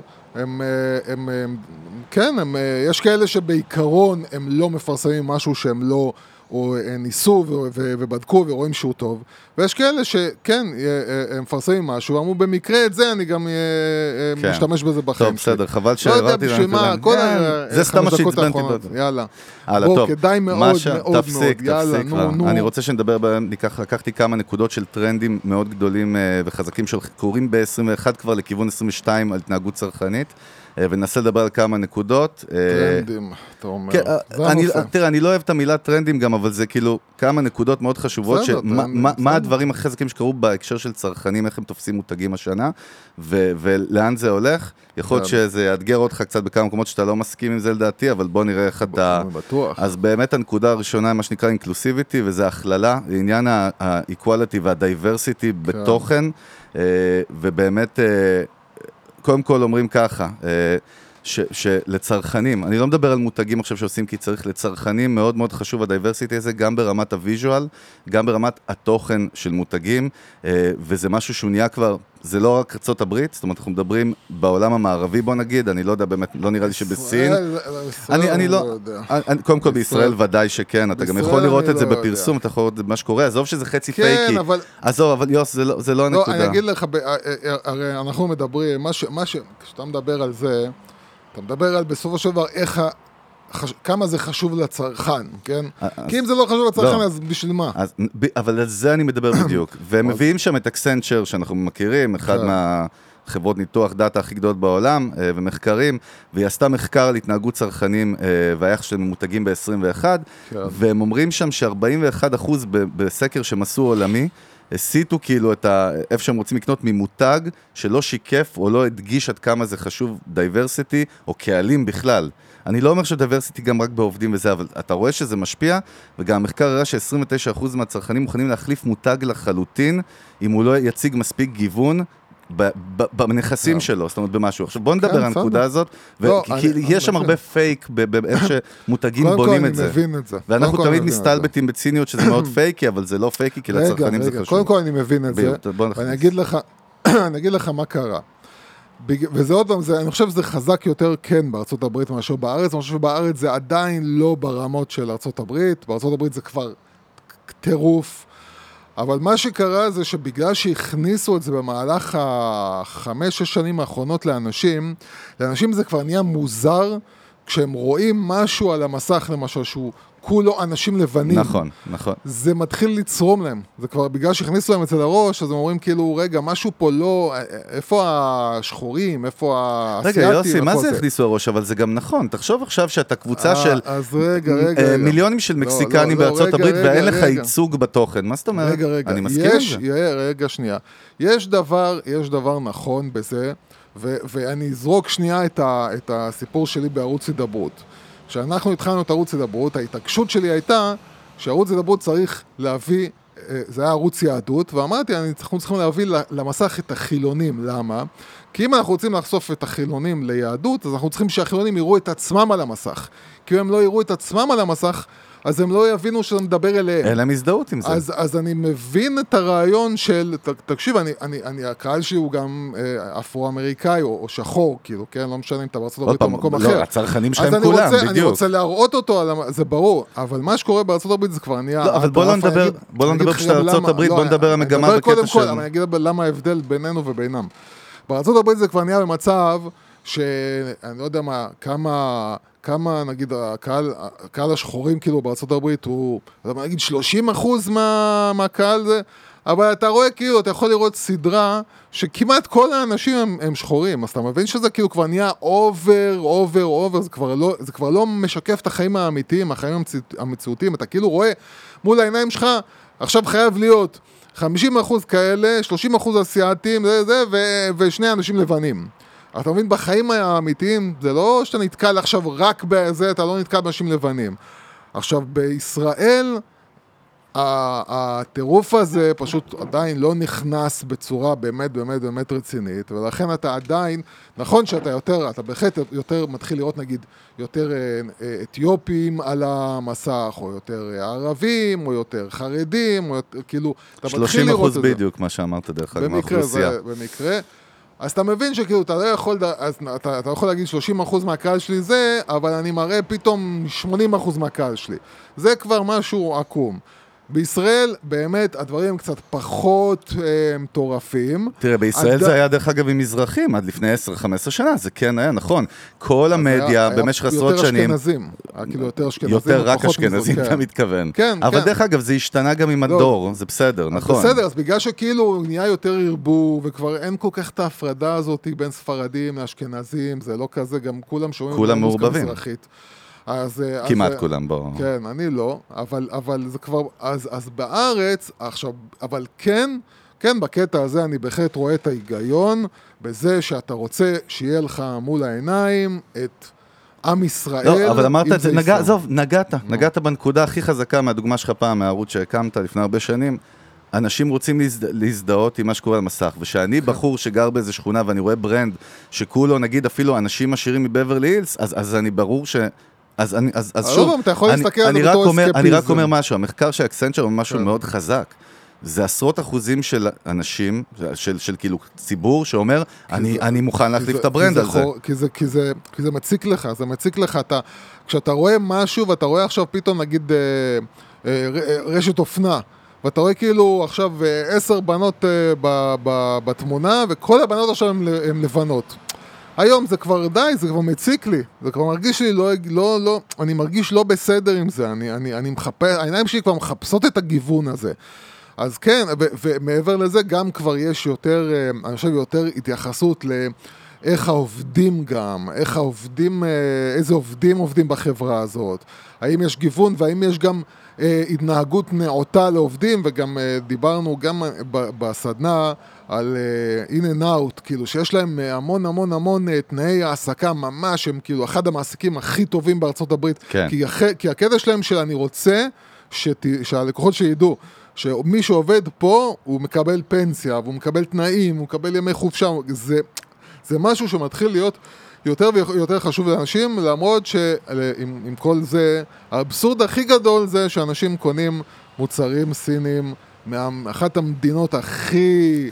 כן, יש כאלה שבעיקרון הם לא מפרסמים משהו שהם לא, או ניסו ובדקו ורואים שהוא טוב, ויש כאלה שכן, הם מפרסמים משהו, ואמרו במקרה את זה אני גם משתמש בזה בחיים. טוב, בסדר, חבל שהראיתי להם. זה סתם מה שהצבנתי. יאללה. בוא, כדאי מאוד מאוד מאוד. תפסיק כבר. אני רוצה שנדבר בהם, לקחתי כמה נקודות של טרנדים מאוד גדולים וחזקים שקורים ב-21 כבר לכיוון 22 על התנהגות צרכנית. וננסה לדבר על כמה נקודות. טרנדים, אתה אומר. תראה, אני לא אוהב את המילה טרנדים גם, אבל זה כאילו כמה נקודות מאוד חשובות, מה הדברים החזקים שקרו בהקשר של צרכנים, איך הם תופסים מותגים השנה, ולאן זה הולך. יכול להיות שזה יאתגר אותך קצת בכמה מקומות שאתה לא מסכים עם זה לדעתי, אבל בוא נראה איך אתה... אז באמת הנקודה הראשונה, מה שנקרא אינקלוסיביטי, וזה הכללה, עניין האיקואליטי והדייברסיטי בתוכן, ובאמת... קודם כל אומרים ככה, שלצרכנים, אני לא מדבר על מותגים עכשיו שעושים כי צריך, לצרכנים מאוד מאוד חשוב הדייברסיטי הזה, גם ברמת הוויז'ואל, גם ברמת התוכן של מותגים, וזה משהו שהוא נהיה כבר, זה לא רק ארצות הברית, זאת אומרת, אנחנו מדברים בעולם המערבי, בוא נגיד, אני לא יודע באמת, לא נראה לי שבסין, אני לא יודע. קודם כל בישראל ודאי שכן, אתה גם יכול לראות את זה בפרסום, אתה יכול לראות מה שקורה, עזוב שזה חצי פייקי, עזוב, אבל יוס, זה לא הנקודה. אני אגיד לך, הרי אנחנו מדברים, כשאתה מדבר על זה, אתה מדבר על בסופו של דבר כמה זה חשוב לצרכן, כן? כי אם זה לא חשוב לצרכן, אז בשביל מה? אבל על זה אני מדבר בדיוק. והם מביאים שם את אקסנצ'ר שאנחנו מכירים, אחד מהחברות ניתוח דאטה הכי גדולות בעולם, ומחקרים, והיא עשתה מחקר על התנהגות צרכנים והיחס של ממותגים ב-21, והם אומרים שם ש41% בסקר שהם עשו עולמי, הסיטו כאילו את איפה שהם רוצים לקנות ממותג שלא שיקף או לא הדגיש עד כמה זה חשוב דייברסיטי או קהלים בכלל. אני לא אומר שדייברסיטי גם רק בעובדים וזה, אבל אתה רואה שזה משפיע, וגם המחקר הראה ש29% מהצרכנים מוכנים להחליף מותג לחלוטין, אם הוא לא יציג מספיק גיוון בנכסים שלו, זאת אומרת במשהו. עכשיו בוא נדבר על הנקודה הזאת, כי יש שם הרבה פייק באיך שמותגים בונים את זה. ואנחנו תמיד מסתלבטים בציניות שזה מאוד פייקי, אבל זה לא פייקי, כי לצרכנים זה חשוב. קודם כל אני מבין את זה, ואני אגיד לך מה קרה. וזה עוד פעם, אני חושב שזה חזק יותר כן בארצות הברית מאשר בארץ, אני חושב שבארץ זה עדיין לא ברמות של ארצות הברית, בארצות הברית זה כבר טירוף, אבל מה שקרה זה שבגלל שהכניסו את זה במהלך 5-6 שנים האחרונות לאנשים זה כבר נהיה מוזר, כשהם רואים משהו על המסך למשהו שהוא כולו אנשים לבנים. נכון, נכון. זה מתחיל לצרום להם. זה כבר בגלל שהכניסו להם אצל הראש, אז הם אומרים כאילו, רגע, משהו פה לא, איפה השחורים, איפה האסייתים? רגע, יוסי, מה זה הכניסו לראש? אבל זה גם נכון. תחשוב עכשיו שאתה קבוצה של מיליונים של מקסיקנים בארצות הברית, ואין לך ייצוג בתוכן. מה זאת אומרת? אני מסכים עם זה. רגע, שנייה. יש דבר נכון בזה, ואני אזרוק שנייה את הסיפור שלי בערוץ הידברות. כשאנחנו התחלנו את ערוץ הידברות, ההתעקשות שלי הייתה שערוץ הידברות צריך להביא, זה היה ערוץ יהדות, ואמרתי, אנחנו צריכים להביא למסך את החילונים. למה? כי אם אנחנו רוצים לחשוף את החילונים ליהדות, אז אנחנו צריכים שהחילונים יראו את עצמם על המסך. כי אם הם לא יראו את עצמם על המסך, אז הם לא יבינו שאתה מדבר אליהם. אין להם הזדהות עם זה. אז אני מבין את הרעיון של, תקשיב, הקהל שלי הוא גם אפרו-אמריקאי או שחור, כאילו, כן? לא משנה אם אתה בארצות הברית או מקום אחר. לא, הצרכנים שלהם כולם, בדיוק. אני רוצה להראות אותו, זה ברור, אבל מה שקורה בארצות הברית זה כבר נהיה... לא, אבל בוא לא נדבר כשאתה ארצות הברית, בוא נדבר המגמה בקטע של... אני אגיד למה ההבדל בינינו ובינם. בארצות הברית זה כבר נהיה במצב שאני לא יודע מה, כמה נגיד הקהל השחורים כאילו בארצות הברית הוא, נגיד 30% מהקהל זה, אבל אתה רואה כאילו, אתה יכול לראות סדרה שכמעט כל האנשים הם שחורים, אז אתה מבין שזה כאילו כבר נהיה אובר, זה כבר לא משקף את החיים האמיתיים, החיים המציאותיים, אתה כאילו רואה מול העיניים שלך, עכשיו חייב להיות 50% כאלה, 30% אסיאתים, ושני אנשים לבנים. אתה מבין, בחיים האמיתיים, זה לא שאתה נתקל עכשיו רק בזה, אתה לא נתקל באנשים לבנים. עכשיו, בישראל, הטירוף הזה פשוט עדיין לא נכנס בצורה באמת רצינית, ולכן אתה עדיין, נכון שאתה אתה בהחלט יותר מתחיל לראות, נגיד, יותר אתיופים על המסך, או יותר ערבים, או יותר חרדים, או יותר, כאילו, אתה מתחיל לראות את זה. 30% בדיוק, מה שאמרת דרך אגב, האוכלוסייה. במקרה, אז אתה מבין שכאילו, אתה לא יכול, אתה יכול להגיד 30% מהקהל שלי זה, אבל אני מראה פתאום 80% מהקהל שלי. זה כבר משהו עקום. בישראל באמת הדברים קצת פחות מטורפים. תראה, בישראל זה היה דרך אגב עם מזרחים עד לפני 10-15 שנה, זה כן היה נכון. כל המדיה במשך עשרות שנים... יותר אשכנזים. יותר רק אשכנזים, אתה מתכוון. אבל דרך אגב, זה השתנה גם עם הדור, זה בסדר, נכון. בסדר, אז בגלל שכאילו נהיה יותר ערבוב, וכבר אין כל כך את ההפרדה הזאת בין ספרדים לאשכנזים, זה לא כזה, גם כולם שומעים... כולם מעורבבים. כמעט כולם בו. כן, אני לא, אבל זה כבר, אז בארץ, עכשיו, אבל כן, בקטע הזה אני בהחלט רואה את ההיגיון, בזה שאתה רוצה שיהיה לך מול העיניים את עם ישראל. לא, אבל אמרת את זה, נגעת בנקודה הכי חזקה מהדוגמה שלך פעם, מהערוץ שהקמת לפני הרבה שנים, אנשים רוצים להזדהות עם מה שקורה על המסך, ושאני בחור שגר באיזה שכונה, ואני רואה ברנד שכולו, נגיד אפילו אנשים עשירים מבברלי הילס, אז אני ברור ש... אז שוב, אני רק אומר משהו, המחקר של אקסנצ'ר הוא משהו מאוד חזק, זה עשרות אחוזים של אנשים, של כאילו ציבור שאומר, אני מוכן להחליף את הברנד על זה. כי זה מציק לך, כשאתה רואה משהו ואתה רואה עכשיו פתאום נגיד רשת אופנה, ואתה רואה כאילו עכשיו 10 בנות בתמונה, וכל הבנות עכשיו הן לבנות. היום זה כבר די, זה כבר מציק לי, זה כבר מרגיש לי אני מרגיש לא בסדר עם זה, אני מחפש, העיניים שלי כבר מחפשות את הגיוון הזה. אז כן, ומעבר לזה גם כבר יש יותר, אני חושב יותר התייחסות לאיך העובדים גם, איזה עובדים בחברה הזאת. האם יש גיוון והאם יש גם התנהגות נאותה לעובדים, וגם דיברנו גם בסדנה על in and out, כאילו שיש להם המון תנאי העסקה ממש, הם כאילו אחד המעסיקים הכי טובים בארצות הברית, כן. כי הקטע שלהם שאני רוצה שהלקוחות שידעו, שמי שעובד פה הוא מקבל פנסיה, והוא מקבל תנאים, הוא מקבל ימי חופשה, זה משהו שמתחיל להיות יותר ויותר חשוב לאנשים, למרות שעם כל זה, האבסורד הכי גדול זה שאנשים קונים מוצרים סינים, מאחת המדינות הכי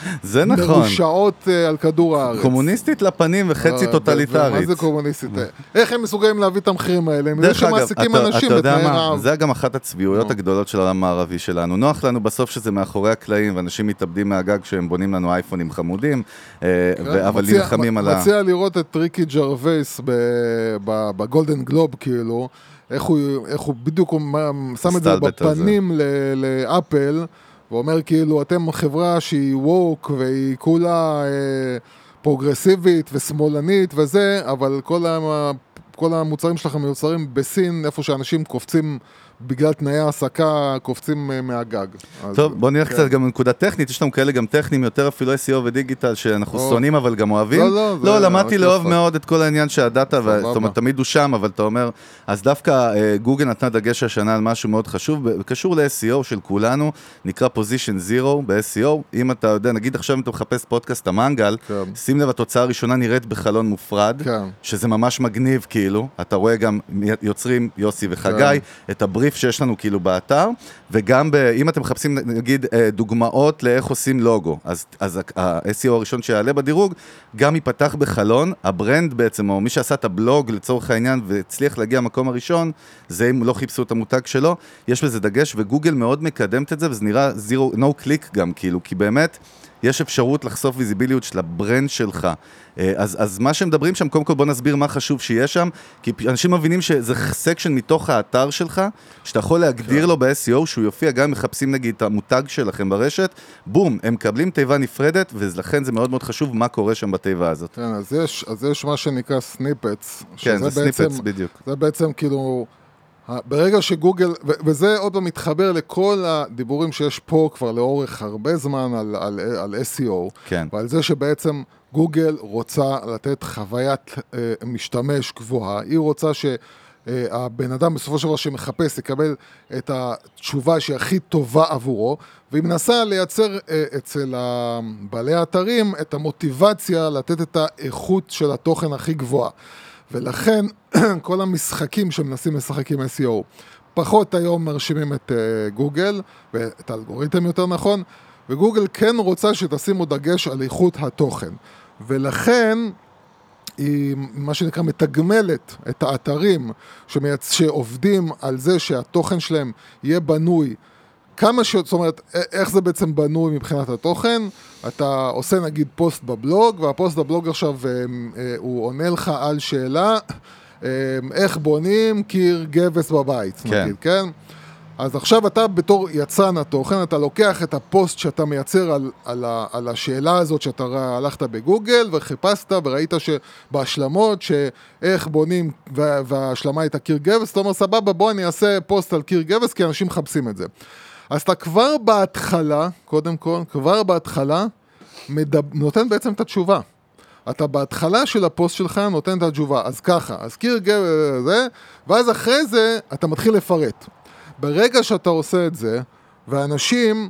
מרושעות על כדור הארץ. קומוניסטית לפנים וחצי טוטליטרית. ומה זה קומוניסטית? איך הם מסוגלים להביא את המחירים האלה? הם יודעים שמעסיקים אנשים בתנאי רעב. זה גם אחת הצביעויות הגדולות של העולם הערבי שלנו. נוח לנו בסוף שזה מאחורי הקלעים, ואנשים מתאבדים מהגג כשהם בונים לנו אייפונים חמודים, אבל נלחמים על מציע לראות את ריקי ג'רווייס בגולדן גלוב, כאילו, איך הוא בדיוק שם את זה בפנים לאפל, ואומר כאילו, אתם חברה שהיא ווק, והיא כולה פרוגרסיבית ושמאלנית וזה, אבל כל המוצרים שלכם מיוצרים בסין, איפה שאנשים קופצים בגלל תנאי העסקה קופצים מהגג. טוב, בוא נלך קצת גם בנקודה טכנית, יש לנו כאלה גם טכניים, יותר אפילו SEO ודיגיטל, שאנחנו שונאים אבל גם אוהבים. לא, למדתי לאהוב מאוד את כל העניין שהדאטה, זאת אומרת, תמיד הוא שם, אבל אתה אומר, אז דווקא גוגל נתנה דגש השנה על משהו מאוד חשוב, קשור ל-SEO של כולנו, נקרא Position Zero ב-SEO, אם אתה יודע, נגיד עכשיו אם אתה מחפש פודקאסט המנגל, שים לב, התוצאה הראשונה נראית בחלון מופרד, שזה ממש מגניב כאילו, אתה רואה גם יוצרים יוסי וחגי, את הבריף שיש לנו כאילו באתר, וגם אם אתם מחפשים נגיד דוגמאות לאיך עושים לוגו, אז ה-SEO הראשון שיעלה בדירוג, גם ייפתח בחלון, הברנד בעצם, או מי שעשה את הבלוג לצורך העניין, והצליח להגיע למקום הראשון, זה אם לא חיפשו את המותג שלו, יש לזה דגש, וגוגל מאוד מקדמת את זה, וזה נראה no click גם כאילו, כי באמת, יש אפשרות לחשוף ויזיביליות של הברנד שלך. אז מה שמדברים שם, קודם כל בוא נסביר מה חשוב שיש שם, כי אנשים מבינים שזה סקשן מתוך האתר שלך, שאתה יכול להגדיר לו ב-SEO, שהוא יופיע גם מחפשים נגיד את המותג שלכם ברשת, בום, הם מקבלים תיבה נפרדת, ולכן זה מאוד מאוד חשוב מה קורה שם בתיבה הזאת. כן, אז יש מה שנקרא סניפטס. כן, זה סניפטס בדיוק. זה בעצם כאילו... ברגע שגוגל, וזה עוד לא מתחבר לכל הדיבורים שיש פה כבר לאורך הרבה זמן על SEO, כן. ועל זה שבעצם גוגל רוצה לתת חוויית משתמש גבוהה, היא רוצה שהבן אדם בסופו של דבר שמחפש יקבל את התשובה שהיא הכי טובה עבורו, והיא מנסה לייצר אצל בעלי האתרים את המוטיבציה לתת את האיכות של התוכן הכי גבוהה. ולכן כל המשחקים שמנסים לשחק עם SEO פחות היום מרשימים את גוגל ואת האלגוריתם יותר נכון, וגוגל כן רוצה שתשימו דגש על איכות התוכן, ולכן היא מה שנקרא מתגמלת את האתרים שעובדים על זה שהתוכן שלהם יהיה בנוי כמה זאת אומרת, איך זה בעצם בנוי מבחינת התוכן? אתה עושה נגיד פוסט בבלוג, והפוסט בבלוג עכשיו הוא עונה לך על שאלה, איך בונים קיר גבס בבית, נגיד, כן? אז עכשיו אתה בתור יצרן התוכן, אתה לוקח את הפוסט שאתה מייצר על השאלה הזאת שאתה הלכת בגוגל וחיפשת וראית שבהשלמות שאיך בונים וההשלמה הייתה קיר גבס, אתה אומר סבבה בוא אני אעשה פוסט על קיר גבס כי אנשים מחפשים את זה. אז אתה כבר בהתחלה, קודם כל, כבר בהתחלה נותן בעצם את התשובה. אתה בהתחלה של הפוסט שלך נותן את התשובה, אז ככה, אז קיר גבס זה, ואז אחרי זה אתה מתחיל לפרט. ברגע שאתה עושה את זה, ואנשים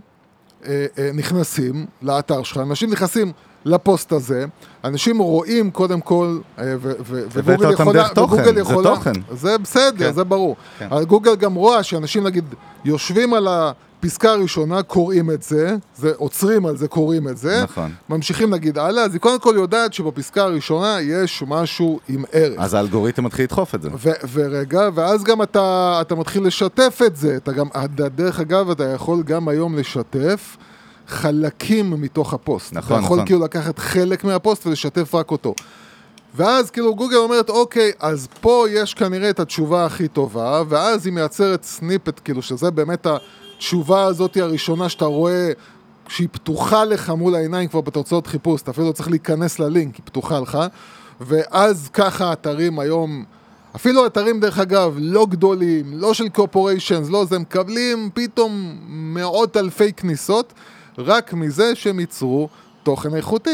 נכנסים לאתר שלך, אנשים נכנסים לפוסט הזה, אנשים רואים קודם כל, וגוגל יכולה, זה בסדר, זה ברור. גוגל גם רואה שאנשים נגיד יושבים על הפסקה הראשונה, קוראים את זה, עוצרים על זה, קוראים את זה, ממשיכים נגיד הלאה, אז היא קודם כל יודעת שבפסקה הראשונה יש משהו עם ערך. אז האלגוריתם מתחיל לדחוף את זה. ורגע, ואז גם אתה מתחיל לשתף את זה, דרך אגב, אתה יכול גם היום לשתף חלקים מתוך הפוסט. נכון, אתה יכול כאילו לקחת חלק מהפוסט ולשתף רק אותו. ואז כאילו גוגל אומרת, אוקיי, אז פה יש כנראה את התשובה הכי טובה, ואז היא מייצרת סניפט, כאילו שזה באמת התשובה הזאת הראשונה שאתה רואה, שהיא פתוחה לך מול העיניים כבר בתוצאות חיפוש, אתה אפילו לא צריך להיכנס ללינק, היא פתוחה לך, ואז ככה אתרים היום, אפילו אתרים דרך אגב, לא גדולים, לא של קורפוריישנס, לא, זה מקבלים פתאום מאות אלפי כניסות, רק מזה שהם ייצרו תוכן איכותי.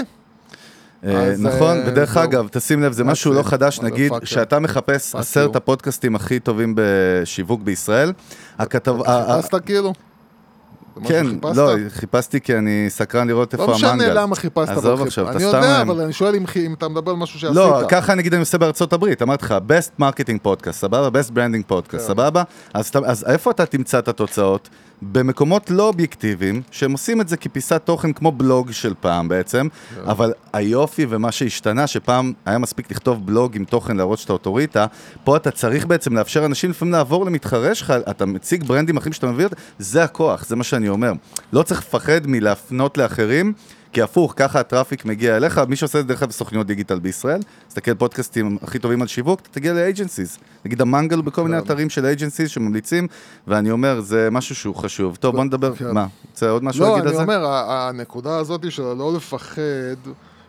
נכון, ודרך אגב, תשים לב, זה משהו לא חדש, נגיד, שאתה מחפש 10 הפודקאסטים הכי טובים בשיווק בישראל, חיפשת כאילו? כן, לא, חיפשתי כי אני סקרן לראות איפה המנגל. לא משנה למה חיפשת. עזוב עכשיו, אני יודע, אבל אני שואל אם אתה מדבר על משהו שעשית. לא, ככה נגיד אני עושה בארצות הברית, אמרתי לך, best marketing podcast, סבבה? best branding podcast, סבבה? אז איפה אתה תמצא את התוצאות? במקומות לא אובייקטיביים, שהם עושים את זה כפיסת תוכן כמו בלוג של פעם בעצם, אבל היופי ומה שהשתנה, שפעם היה מספיק לכתוב בלוג עם תוכן להראות שאתה אוטוריטה, פה אתה צריך בעצם לאפשר אנשים לפעמים לעבור למתחרה שלך, אתה מציג ברנדים אחרים שאתה מביא, זה הכוח, זה מה שאני אומר. לא צריך לפחד מלהפנות לאחרים, כי הפוך, ככה הטראפיק מגיע אליך, מי שעושה את דרך בסוכניות דיגיטל בישראל, תסתכל פודקאסטים הכי טובים על שיווק, אתה תגיע לאג'נסיז, נגיד המנגל בכל מיני אתרים של אג'נסיז שממליצים, ואני אומר, זה משהו שהוא חשוב. טוב, בוא נדבר, מה? רוצה עוד משהו להגיד על זה? לא, אני אומר, הנקודה הזאת של לא לפחד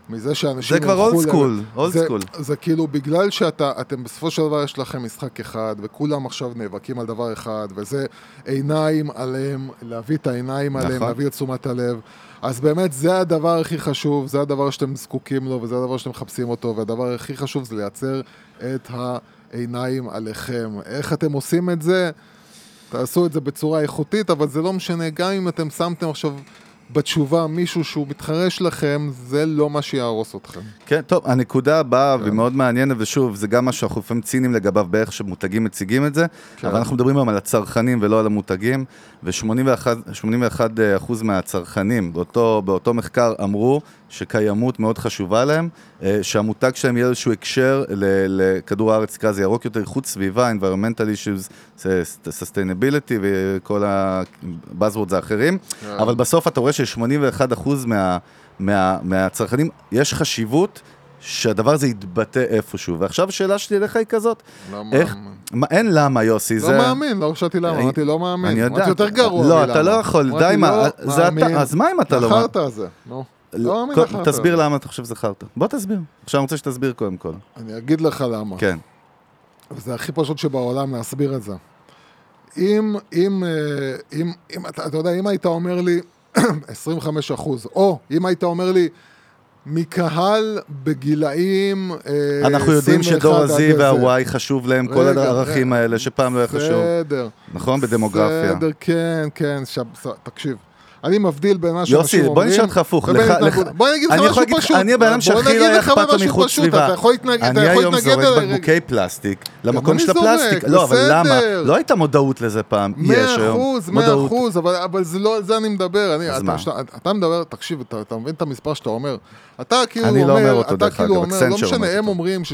מזה שאנשים... זה כבר אולד סקול. זה כאילו בגלל שאתם בסופו של דבר יש לכם משחק אחד, וכולם עכשיו נאבקים על דבר אחד, וזה עיניים עליהם, להביא את העיניים עליהם, להביא את תשומת הלב. אז באמת זה הדבר הכי חשוב, זה הדבר שאתם זקוקים לו, וזה הדבר שאתם מחפשים אותו, והדבר הכי חשוב זה לייצר את העיניים עליכם. איך אתם עושים את זה? תעשו את זה בצורה איכותית, אבל זה לא משנה, גם אם אתם שמתם עכשיו בתשובה מישהו שהוא מתחרש לכם, זה לא מה שיהרוס אתכם. כן, טוב, הנקודה הבאה, והיא מאוד מעניינת, ושוב, זה גם מה שאנחנו לפעמים ציניים לגביו, באיך שמותגים מציגים את זה, אבל אנחנו מדברים גם על הצרכנים ולא על המותגים, ו-81% מהצרכנים באותו מחקר אמרו שקיימות מאוד חשובה להם, שהמותג שלהם יהיה איזשהו הקשר לכדור הארץ, זה ירוק יותר, איכות סביבה, environmental issues, sustainability וכל הבאזוורדס האחרים, אבל בסוף אתה רואה ש81% מהצרכנים יש חשיבות שהדבר הזה יתבטא איפשהו. ועכשיו השאלה שלי אליך היא כזאת. אין למה, יוסי. לא מאמין, לא חשבתי למה, אמרתי לא מאמין. אני יודע. אמרתי יותר גרוע. לא, אתה לא יכול, די מה. אז מה אם אתה לא... לחרת הזה, נו. לא מאמין לחרת. תסביר למה אתה חושב שזה חרת. בוא תסביר. עכשיו אני רוצה שתסביר קודם כל. אני אגיד לך למה. כן. וזה הכי פשוט שבעולם להסביר את זה. אתה יודע, אם היית אומר לי 25%, או אם היית אומר לי מקהל בגילאים... אנחנו יודעים שדור הזי והוואי חשוב להם, כל הערכים האלה שפעם לא היה חשוב. בסדר. נכון? בדמוגרפיה. בסדר, כן, תקשיב. אני מבדיל בין מה שאנשים אומרים... יוסי, בוא נשאל אותך הפוך. בוא נגיד לך משהו פשוט. אני הבן אדם שהכי לא אכפת לו מחוץ סביבה. אני היום זורק בקבוקי פלסטיק למקום של הפלסטיק. לא, אבל למה? לא הייתה מודעות לזה פעם. יש היום מודעות. 100%, אבל זה אני מדבר. אתה מדבר, תקשיב, אתה מבין את המספר שאתה אומר. אתה כאילו אומר, לא משנה, הם אומרים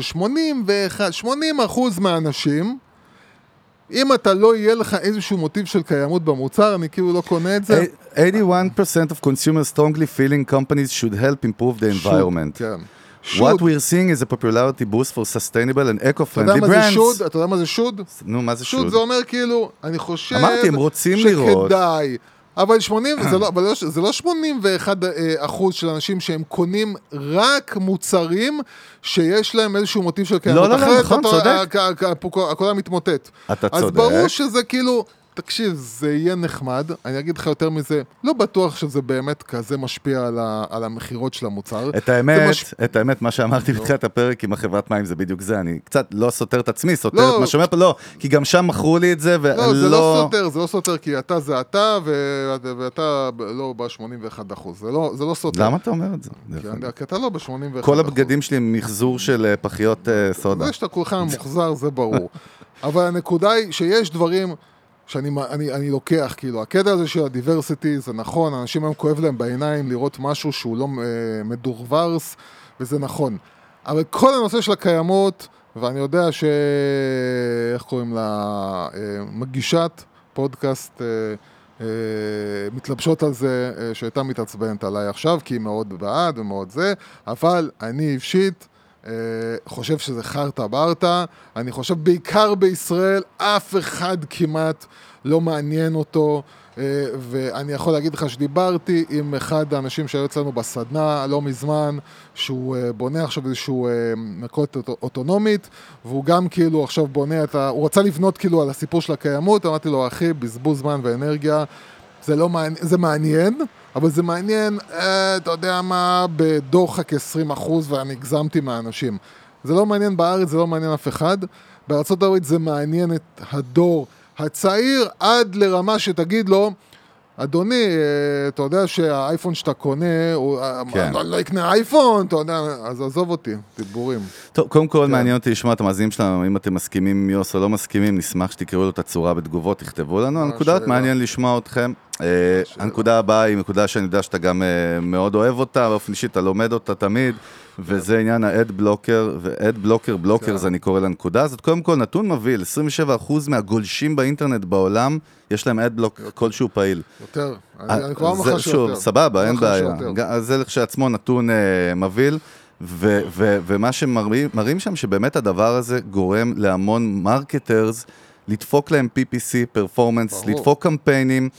ש80% מהאנשים... אם אתה לא יהיה לך איזשהו מוטיב של קיימות במוצר, אני כאילו לא קונה את זה. 81% of consumers strongly feeling companies should help improve the environment. כן. What we're seeing is a popularity boost for sustainable and eco-friendly brands. אתה יודע מה זה שוד? נו, מה זה שוד? שוד זה אומר כאילו, אני חושב... אמרתי, הם רוצים לראות. שכדאי. אבל זה לא 81% של אנשים שהם קונים רק מוצרים שיש להם איזשהו מוטיב של קיימות. לא, נכון, צודק. הכל המתמוטט. אתה צודק. אז ברור שזה כאילו... תקשיב, זה יהיה נחמד, אני אגיד לך יותר מזה, לא בטוח שזה באמת כזה משפיע על המחירות של המוצר. את האמת, מה שאמרתי בתחילת הפרק עם החברת מים זה בדיוק זה, אני קצת לא סותר את עצמי, סותר את מה שאומר פה, לא, כי גם שם מכרו לי את זה, לא, זה לא סותר, כי אתה זה אתה, ואתה לא ב-81%, זה לא סותר. למה אתה אומר את זה? כי אתה לא ב-81%. כל הבגדים שלי הם מחזור של פחיות סודה. זה שאתה כולך מוחזר, זה ברור. אבל הנקודה היא שיש דברים... שאני לוקח, כאילו, הקטע הזה של הדיברסיטי, זה נכון, אנשים היום כואב להם בעיניים לראות משהו שהוא לא מדורברס, וזה נכון. אבל כל הנושא של הקיימות, ואני יודע איך קוראים לה, מגישת פודקאסט, מתלבשות על זה, שהייתה מתעצבנת עליי עכשיו, כי היא מאוד בעד ומאוד זה, אבל אני אישית, חושב שזה חרטה ברטה, אני חושב בעיקר בישראל, אף אחד כמעט לא מעניין אותו, ואני יכול להגיד לך שדיברתי עם אחד האנשים שהיו אצלנו בסדנה לא מזמן, שהוא בונה עכשיו איזשהו מקות אוטונומית, והוא גם כאילו עכשיו בונה הוא רצה לבנות כאילו על הסיפור של הקיימות, אמרתי לו, אחי, בזבוז זמן ואנרגיה, זה מעניין, אבל זה מעניין, אתה יודע מה, בדוחק 20%, ואני הגזמתי מהאנשים. זה לא מעניין בארץ, זה לא מעניין אף אחד. בארצות הברית זה מעניין את הדור הצעיר, עד לרמה שתגיד לו, אדוני, אתה יודע שהאייפון שאתה קונה, לא יקנה אייפון, אתה יודע, אז עזוב אותי, דיבורים. טוב, קודם כל מעניין אותי לשמוע את המאזינים שלנו, אם אתם מסכימים עם יוס או לא מסכימים, נשמח שתקראו לו את הצורה בתגובות, תכתבו לנו. הנקודה, מעניין לשמוע אתכם. הנקודה הבאה היא נקודה שאני יודע שאתה גם מאוד אוהב אותה, באופן אישי אתה לומד אותה תמיד, וזה עניין האד בלוקר, ואד בלוקר זה אני קורא לנקודה הזאת. קודם כל נתון מביא, 27% מהגולשים באינטרנט בעולם, יש להם אד בלוק כלשהו פעיל. יותר, אני כבר מחש יותר. סבבה, אין בעיה. זה לכשעצמו נתון מביא, ומה שמראים שם שבאמת הדבר הזה גורם להמון מרקטרס, לדפוק להם PPC, פרפורמנס, לדפוק קמפיינים,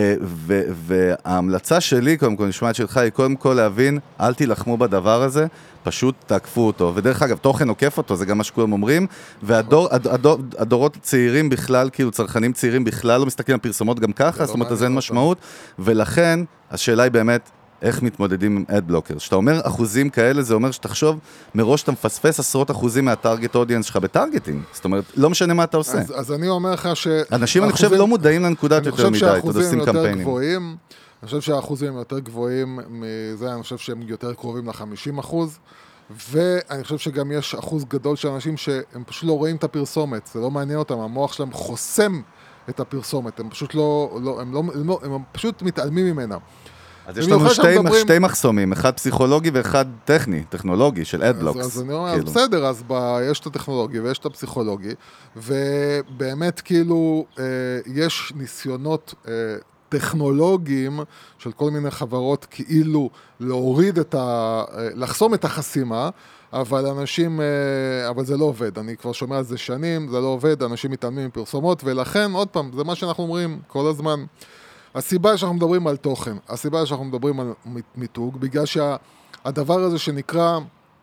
וההמלצה שלי, קודם כל, נשמעת שלך, היא קודם כל להבין, אל תילחמו בדבר הזה, פשוט תעקפו אותו. ודרך אגב, תוכן עוקף אותו, זה גם מה שכולם אומרים, והדורות הצעירים בכלל, כאילו צרכנים צעירים בכלל לא מסתכלים על פרסומות גם ככה, זאת אומרת, אז אין משמעות, ולכן, השאלה היא באמת, איך מתמודדים עם אד-בלוקר. שאתה אומר אחוזים כאלה, זה אומר שתחשוב, מראש אתה מפספס עשרות אחוזים מהטארגט אודיאנס שלך בטארגטינג. זאת אומרת, לא משנה מה אתה עושה. אז אני אומר לך ש... אנשים, אני חושב, לא מודעים לנקודת יותר מדי, אתה עושים קמפיינים. אני חושב שהאחוזים יותר גבוהים מזה, אני חושב שהם יותר קרובים ל-50%, ואני חושב שגם יש אחוז גדול של אנשים שהם פשוט לא רואים את הפרסומת, זה לא מעניין אותם, המוח שלהם חוסם את הפרסומת, הם פשוט הם פשוט מתעלמים ממנה. אז יש לנו שתי מחסומים, אחד פסיכולוגי ואחד טכנולוגי של אדבלוקס. אז אני אומר, בסדר, אז יש את הטכנולוגי ויש את הפסיכולוגי, ובאמת כאילו יש ניסיונות טכנולוגיים של כל מיני חברות כאילו להוריד לחסום את החסימה, אבל זה לא עובד, אני כבר שומע על זה שנים, זה לא עובד, אנשים מתעלמים מפרסומות, ולכן, עוד פעם, זה מה שאנחנו אומרים כל הזמן, הסיבה שאנחנו מדברים על תוכן, הסיבה שאנחנו מדברים על מיתוג, בגלל שהדבר הזה שנקרא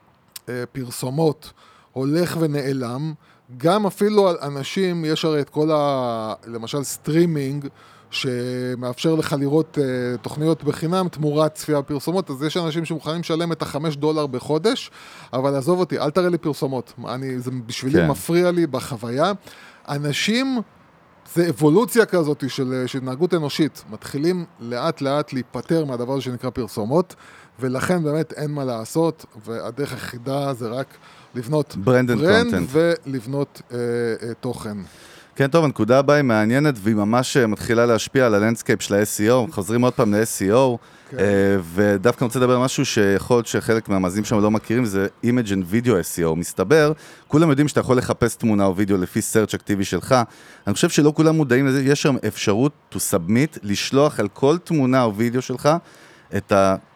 פרסומות הולך ונעלם, גם אפילו על אנשים, יש הרי את כל למשל סטרימינג, שמאפשר לך לראות תוכניות בחינם, תמורת צפייה בפרסומות, אז יש אנשים שמוכנים לשלם את $5 בחודש, אבל עזוב אותי, אל תראה לי פרסומות, זה בשבילי מפריע לי בחוויה. אנשים, זה אבולוציה כזאת של התנהגות אנושית, מתחילים לאט לאט להיפטר מהדבר שנקרא פרסומות, ולכן באמת אין מה לעשות, והדרך היחידה זה רק לבנות ברנד ולבנות תוכן. כן, טוב, הנקודה הבאה היא מעניינת, והיא ממש מתחילה להשפיע על הלנדסקייפ של ה-SEO, חוזרים עוד פעם ל-SEO, ודווקא אני רוצה לדבר על משהו שיכול להיות שחלק מהמאזינים שם לא מכירים, זה Image and Video SEO. מסתבר, כולם יודעים שאתה יכול לחפש תמונה או וידאו לפי search אקטיבי שלך, אני חושב שלא כולם מודעים לזה, יש שם אפשרות to submit, לשלוח על כל תמונה או וידאו שלך את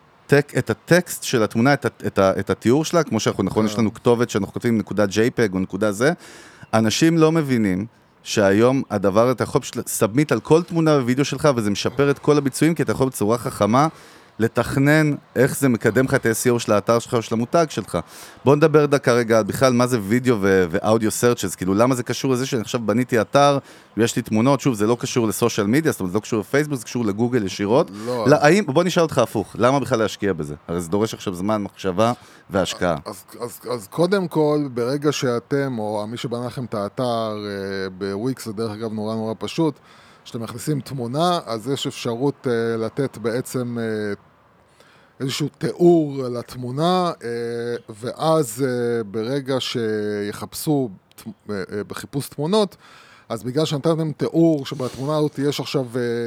הטקסט של התמונה, את התיאור שלה, כמו שאנחנו, נכון, יש לנו כתובת שאנחנו כותבים נקודה JPEG או נקודה זה, אנשים לא מבינים שהיום הדבר, אתה יכול סאבמיט על כל תמונה ווידאו שלך, וזה משפר את כל הביצועים, כי אתה יכול בצורה חכמה לתכנן איך זה מקדם לך את ה-SEO של האתר שלך או של המותג שלך. בואו נדבר דקה רגע בכלל מה זה וידאו ואודיו סרצ'ס, כאילו למה זה קשור לזה שאני עכשיו בניתי אתר ויש לי תמונות, שוב זה לא קשור לסושיאל מדיה, זאת אומרת זה לא קשור לפייסבוק, זה קשור לגוגל ישירות. בוא נשאל אותך הפוך, למה בכלל להשקיע בזה? הרי זה דורש עכשיו זמן, מחשבה והשקעה. אז קודם כל, ברגע שאתם או מי שבנה לכם את האתר בוויקס, זה דרך אגב נורא פשוט, שאתם מכניסים תמונה, אז יש אפשרות לתת בעצם איזשהו תיאור לתמונה, ואז ברגע שיחפשו בחיפוש תמונות, אז בגלל שנתתם תיאור שבתמונה הזאת יש עכשיו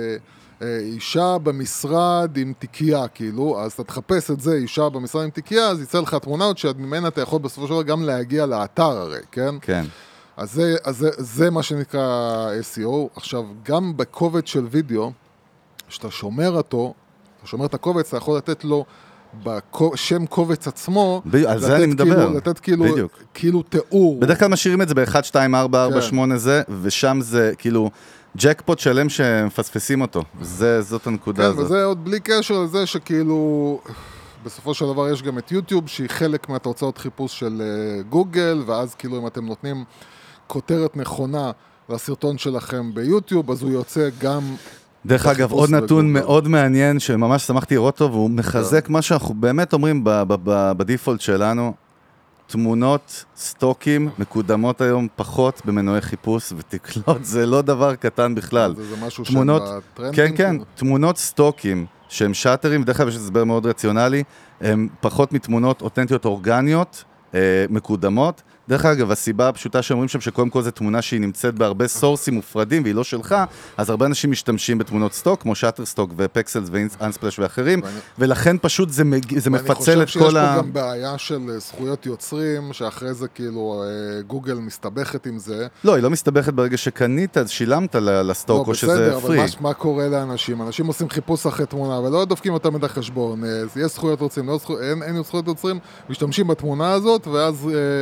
אישה במשרד עם תיקייה, כאילו, אז אתה תחפש את זה, אישה במשרד עם תיקייה, אז יצא לך תמונות שממנה אתה יכול בסופו של דבר גם להגיע לאתר הרי, כן? כן. אז זה מה שנקרא SEO. עכשיו, גם בקובץ של וידאו, שאתה שומר אותו, אתה שומר את הקובץ, אתה יכול לתת לו בשם קובץ עצמו, על זה אני מדבר. לתת כאילו תיאור. בדרך כלל משאירים את זה ב-1, 2, 4, 4, 8 זה, ושם זה כאילו ג'קפוט שלם שמפספסים אותו. זאת הנקודה הזאת. כן, וזה עוד בלי קשר לזה שכאילו, בסופו של דבר יש גם את יוטיוב, שהיא חלק מהתוצאות חיפוש של גוגל, ואז כאילו אם אתם נותנים כותרת נכונה לסרטון שלכם ביוטיוב, אז הוא יוצא גם... דרך אגב, עוד נתון מאוד מעניין, שממש שמחתי לראות אותו, והוא מחזק מה שאנחנו באמת אומרים בדיפולט שלנו, תמונות, סטוקים, מקודמות היום פחות במנועי חיפוש ותקלות, זה לא דבר קטן בכלל. זה משהו שבטרנדים? כן, כן, תמונות סטוקים, שהם שאטרים, בדרך כלל יש הסבר מאוד רציונלי, הם פחות מתמונות אותנטיות אורגניות, מקודמות. דרך אגב, הסיבה הפשוטה שאומרים שם שקודם כל זו תמונה שהיא נמצאת בהרבה סורסים מופרדים והיא לא שלך, אז הרבה אנשים משתמשים בתמונות סטוק, כמו שאטרסטוק ופקסלס ואנספלש ואחרים, ולכן פשוט זה מפצל את כל ה... אני חושב שיש פה גם בעיה של זכויות יוצרים, שאחרי זה כאילו גוגל מסתבכת עם זה. לא, היא לא מסתבכת ברגע שקנית, אז שילמת לסטוק או שזה פרי. אבל מה קורה לאנשים? אנשים עושים חיפוש אחרי תמונה, ולא דופקים אותם את החשבון. יש זכויות יוצרים, אין זכויות יוצרים, משתמשים בתמונה הזאת, ואז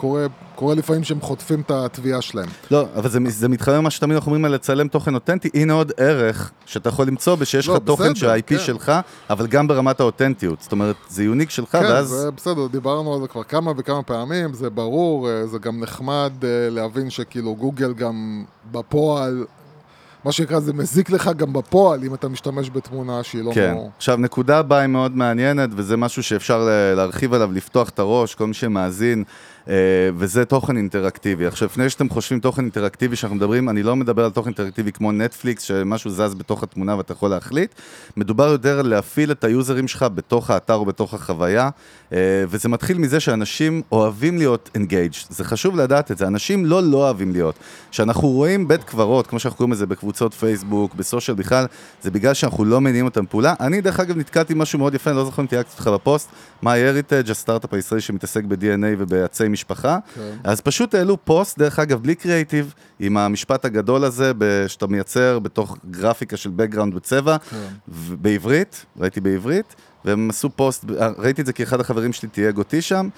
קורה לפעמים שהם חוטפים את התביעה שלהם. לא, אבל זה מתחבר מה שתמיד אנחנו אומרים על לצלם תוכן אותנטי, הנה עוד ערך שאתה יכול למצוא בשיש לך תוכן שה-IP שלך, אבל גם ברמת האותנטיות, זאת אומרת, זה יוניק שלך, ואז... כן, זה בסדר, דיברנו על זה כבר כמה וכמה פעמים, זה ברור, זה גם נחמד להבין שכאילו גוגל גם בפועל, מה שנקרא, זה מזיק לך גם בפועל, אם אתה משתמש בתמונה שהיא לא... כן. עכשיו, נקודה הבאה היא מאוד מעניינת, וזה משהו שאפשר להרחיב עליו, לפתוח את הראש, כל מי שמאזין, וזה תוכן אינטראקטיבי. עכשיו, לפני שאתם חושבים תוכן אינטראקטיבי שאנחנו מדברים, אני לא מדבר על תוכן אינטראקטיבי כמו נטפליקס, שמשהו זז בתוך התמונה ואתה יכול להחליט. מדובר יותר על להפעיל את היוזרים שלך בתוך האתר או בתוך החוויה, וזה מתחיל מזה שאנשים אוהבים להיות engaged. זה חשוב לדעת את זה. אנשים לא אוהבים להיות. שאנחנו רואים בית קברות, כמו שאנחנו קוראים לזה בקבוצות פייסבוק, בסושיאל בכלל, זה בגלל שאנחנו לא מניעים אותם פעולה. אני דרך אגב נתקלתי משהו מאוד יפה, אני לא זוכר אם תייגתי אותך בפוסט, MyHeritage, הסטארט-אפ הישראלי שמתעסק ב-DNA ובעצי משפחה. אז פשוט העלו פוסט, דרך אגב, בלי קריאיטיב, עם המשפט הגדול הזה, שאתה מייצר בתוך גרפיקה של בקגראונד בצבע, בעברית, ראיתי בעברית, והם עשו פוסט, ראיתי את זה כי אחד החברים שלי תייג אותי שם,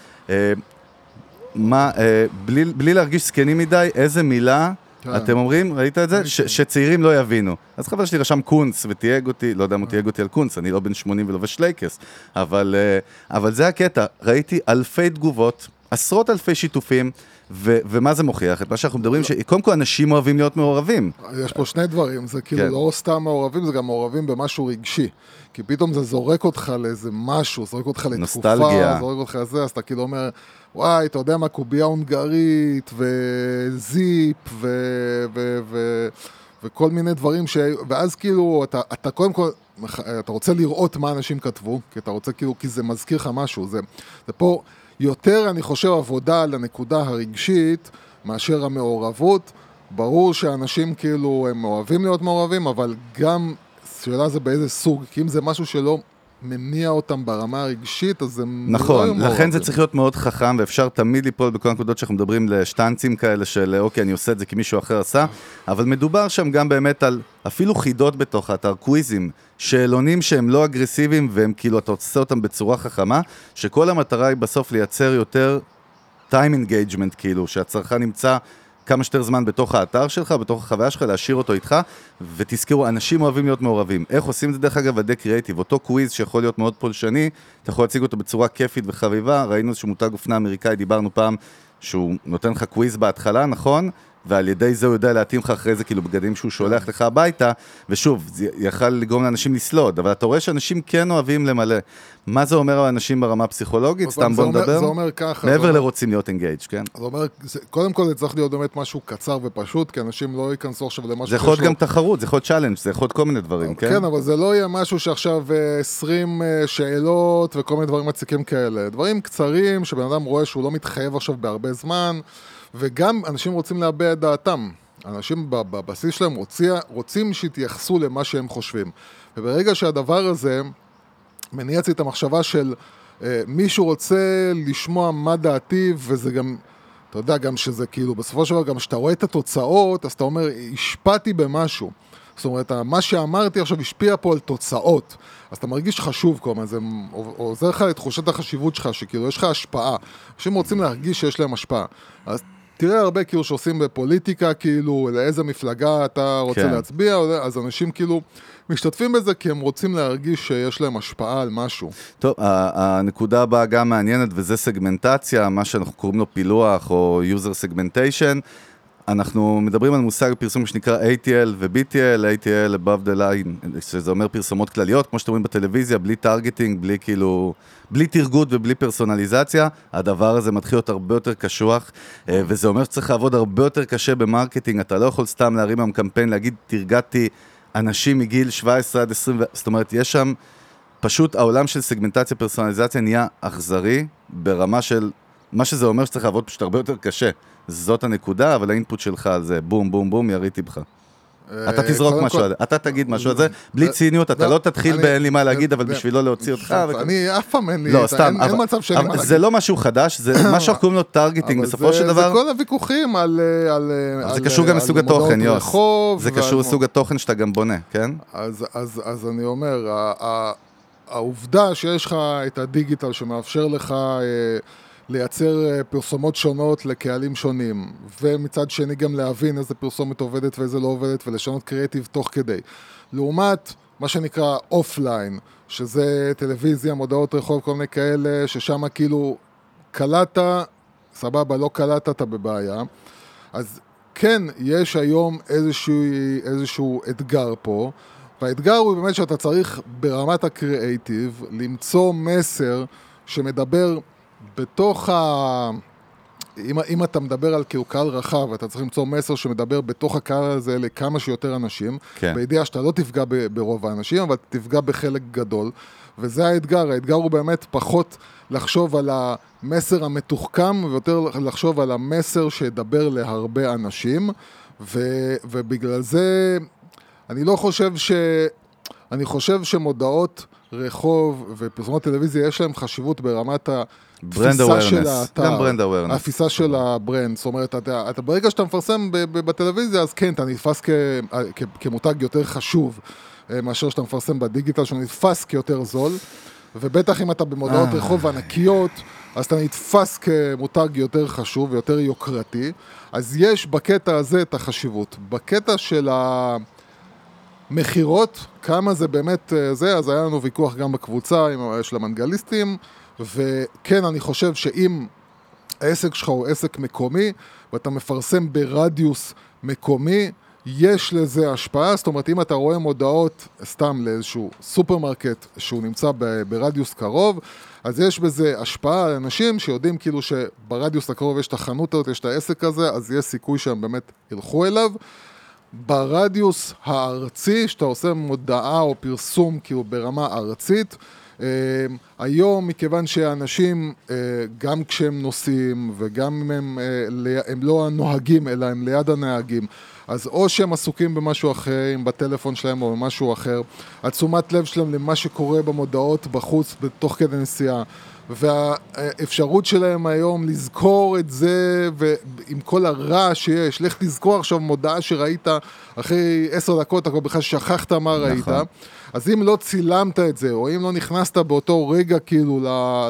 בלי להרגיש סקנים מדי, איזה מילה אתם אומרים, ראית את זה? שצעירים לא יבינו. אז חבר שלי רשם קונץ ותייג אותי, לא יודע אם הוא תייג אותי על קונץ, אני לא בן 80 ולובש לייקס, אבל זה הקטע, ראיתי אלפי תגובות, עשרות אלפי שיתופים, ומה זה מוכיח? את מה שאנחנו מדברים, שקודם כל אנשים אוהבים להיות מעורבים. יש פה שני דברים, זה כאילו לא סתם מעורבים, זה גם מעורבים במשהו רגשי. כי פתאום זה זורק אותך לאיזה משהו, זורק אותך לתקופה, נוסטלגיה. זורק אותך לזה, אז אתה כאילו אומר, וואי, אתה יודע מה, קובייה הונגרית, וזיפ, וכל מיני דברים ואז כאילו, אתה קודם כל, אתה רוצה לראות מה אנשים כתבו, כי אתה רוצה כאילו, כי זה מזכיר לך משהו, זה פה יותר, אני חושב, עבודה על הנקודה הרגשית, מאשר המעורבות. ברור שאנשים כאילו, הם אוהבים להיות מעורבים, אבל גם, שאלה זה באיזה סוג, כי אם זה משהו שלא מניע אותם ברמה הרגשית, אז הם נכון, לכן זה צריך להיות מאוד חכם, ואפשר תמיד ליפול בכל הנקודות שאנחנו מדברים לשטנצים כאלה של, אוקיי, אני עושה את זה כי מישהו אחר עשה, אבל מדובר שם גם באמת על אפילו חידות בתוך האתר, קוויזים, שאלונים שהם לא אגרסיביים, והם כאילו, אתה עושה אותם בצורה חכמה, שכל המטרה היא בסוף לייצר יותר time engagement, כאילו, שהצרכן נמצא כמה שיותר זמן בתוך האתר שלך, בתוך החוויה שלך, להשאיר אותו איתך, ותזכרו, אנשים אוהבים להיות מעורבים. איך עושים את זה דרך אגב עדי קריאיטיב? אותו קוויז שיכול להיות מאוד פולשני, אתה יכול להציג אותו בצורה כיפית וחביבה, ראינו איזשהו מותג אופנה אמריקאי, דיברנו פעם, שהוא נותן לך קוויז בהתחלה, נכון? ועל ידי זה הוא יודע להתאים לך אחרי זה, כאילו בגדים שהוא שולח לך הביתה, ושוב, זה יכל לגרום לאנשים לסלוד, אבל אתה רואה שאנשים כן אוהבים למלא. מה זה אומר על אנשים ברמה הפסיכולוגית? סתם בוא נדבר. זה אומר ככה. מעבר לרוצים להיות engaged, כן? זה אומר, קודם כל זה צריך להיות באמת משהו קצר ופשוט, כי אנשים לא ייכנסו עכשיו למשהו... זה יכול להיות גם תחרות, זה יכול להיות צ'אלנג', זה יכול להיות כל מיני דברים, כן? כן, אבל זה לא יהיה משהו שעכשיו 20 שאלות וכל מיני דברים מציקים כאלה. דברים קצרים שבן אדם רואה שהוא לא מתחייב עכשיו בהרבה זמן, וגם אנשים רוצים להביע את דעתם. אנשים בבסיס שלהם רוצים שיתייחסו למה שהם חושבים. וברגע שהדבר הזה מניע את המחשבה של מישהו רוצה לשמוע מה דעתי, וזה גם, אתה יודע, גם שזה כאילו, בסופו של דבר, גם שאתה רואה את התוצאות, אז אתה אומר, השפעתי במשהו. זאת אומרת, מה שאמרתי עכשיו השפיע פה על תוצאות. אז אתה מרגיש חשוב כל הזמן, זה עוזר לך לתחושת החשיבות שלך, שכאילו יש לך השפעה. אנשים רוצים להרגיש שיש להם השפעה. אז תראה הרבה כאילו שעושים בפוליטיקה, כאילו לאיזה מפלגה אתה רוצה להצביע, אז אנשים כאילו משתתפים בזה כי הם רוצים להרגיש שיש להם השפעה על משהו. טוב, הנקודה הבאה גם מעניינת, וזה סגמנטציה, מה שאנחנו קוראים לו פילוח או user segmentation. אנחנו מדברים על מושג פרסום שנקרא ATL ו-BTL, ATL above the line, שזה אומר פרסומות כלליות, כמו שאתם רואים בטלוויזיה, בלי טרגטינג, בלי כאילו, בלי תרגות ובלי פרסונליזציה, הדבר הזה מתחיל להיות הרבה יותר קשוח, וזה אומר שצריך לעבוד הרבה יותר קשה במרקטינג, אתה לא יכול סתם להרים עם קמפיין, להגיד, תרגעתי אנשים מגיל 17 עד 20, זאת אומרת, יש שם פשוט העולם של סגמנטציה, פרסונליזציה נהיה אכזרי, ברמה של, מה שזה אומר שצריך לעבוד פשוט הרבה יותר קשה. זאת הנקודה, אבל האינפוט שלך על זה, בום, בום, בום, יריתי בך. אתה תזרוק משהו על זה, אתה תגיד משהו על זה, בלי ציניות, אתה לא תתחיל באין לי מה להגיד, אבל בשביל לא להוציא אותך. אני אף פעם אין לי, אין מצב שאין לי מה להגיד. זה לא משהו חדש, זה מה שאנחנו קוראים לו טרגטינג, בסופו של דבר. זה כל הוויכוחים על... זה קשור גם לסוג התוכן, יוס. זה קשור לסוג התוכן שאתה גם בונה, כן? אז אני אומר, העובדה שיש לך את הדיגיטל שמאפשר לך לייצר פרסומות שונות לקהלים שונים, ומצד שני גם להבין איזה פרסומת עובדת ואיזה לא עובדת, ולשנות קריאטיב תוך כדי. לעומת מה שנקרא אופליין, שזה טלוויזיה, מודעות רחוב, כל מיני כאלה, ששם כאילו קלטת, סבבה, לא קלטת, אתה בבעיה. אז כן, יש היום איזשהו אתגר פה, והאתגר הוא באמת שאתה צריך ברמת הקריאטיב למצוא מסר שמדבר בתוך אם אתה מדבר על קהל רחב, אתה צריך למצוא מסר שמדבר בתוך הקהל הזה לכמה שיותר אנשים, כן. בידיעה שאתה לא תפגע ברוב האנשים, אבל תפגע בחלק גדול, וזה האתגר. האתגר הוא באמת פחות לחשוב על המסר המתוחכם, ויותר לחשוב על המסר שידבר להרבה אנשים, ובגלל זה אני לא חושב אני חושב שמודעות רחוב ופרסומות טלוויזיה יש להם חשיבות ברמת התפיסה של האתר, התפיסה של הברנד. זאת אומרת, אתה ברגע שאתה מפרסם בטלוויזיה, אז כן, אתה נתפס כמותג יותר חשוב מאשר שאתה מפרסם בדיגיטל, שהוא נתפס כיותר זול, ובטח אם אתה במודעות רחוב ענקיות, אז אתה נתפס כמותג יותר חשוב ויותר יוקרתי, אז יש בקטע הזה את החשיבות. בקטע של מחירות, כמה זה באמת זה, אז היה לנו ויכוח גם בקבוצה של המנגליסטים, וכן, אני חושב שאם העסק שלך הוא עסק מקומי, ואתה מפרסם ברדיוס מקומי, יש לזה השפעה. זאת אומרת, אם אתה רואה מודעות סתם לאיזשהו סופרמרקט שהוא נמצא ברדיוס קרוב, אז יש בזה השפעה על אנשים שיודעים כאילו שברדיוס הקרוב יש את החנות הזאת, יש את העסק הזה, אז יש סיכוי שהם באמת ילכו אליו. ברדיוס הארצי, שאתה עושה מודעה או פרסום כאילו ברמה ארצית, היום מכיוון שאנשים גם כשהם נוסעים וגם אם הם לא הנוהגים אלא הם ליד הנהגים, אז או שהם עסוקים במשהו אחר, בטלפון שלהם או במשהו אחר, התשומת לב שלהם למה שקורה במודעות בחוץ בתוך כדי נסיעה, והאפשרות שלהם היום לזכור את זה, ועם כל הרע שיש, לך תזכור עכשיו מודעה שראית אחרי 10 דקות, אתה בכלל שכחת מה ראית, אז אם לא צילמת את זה, או אם לא נכנסת באותו רגע כאילו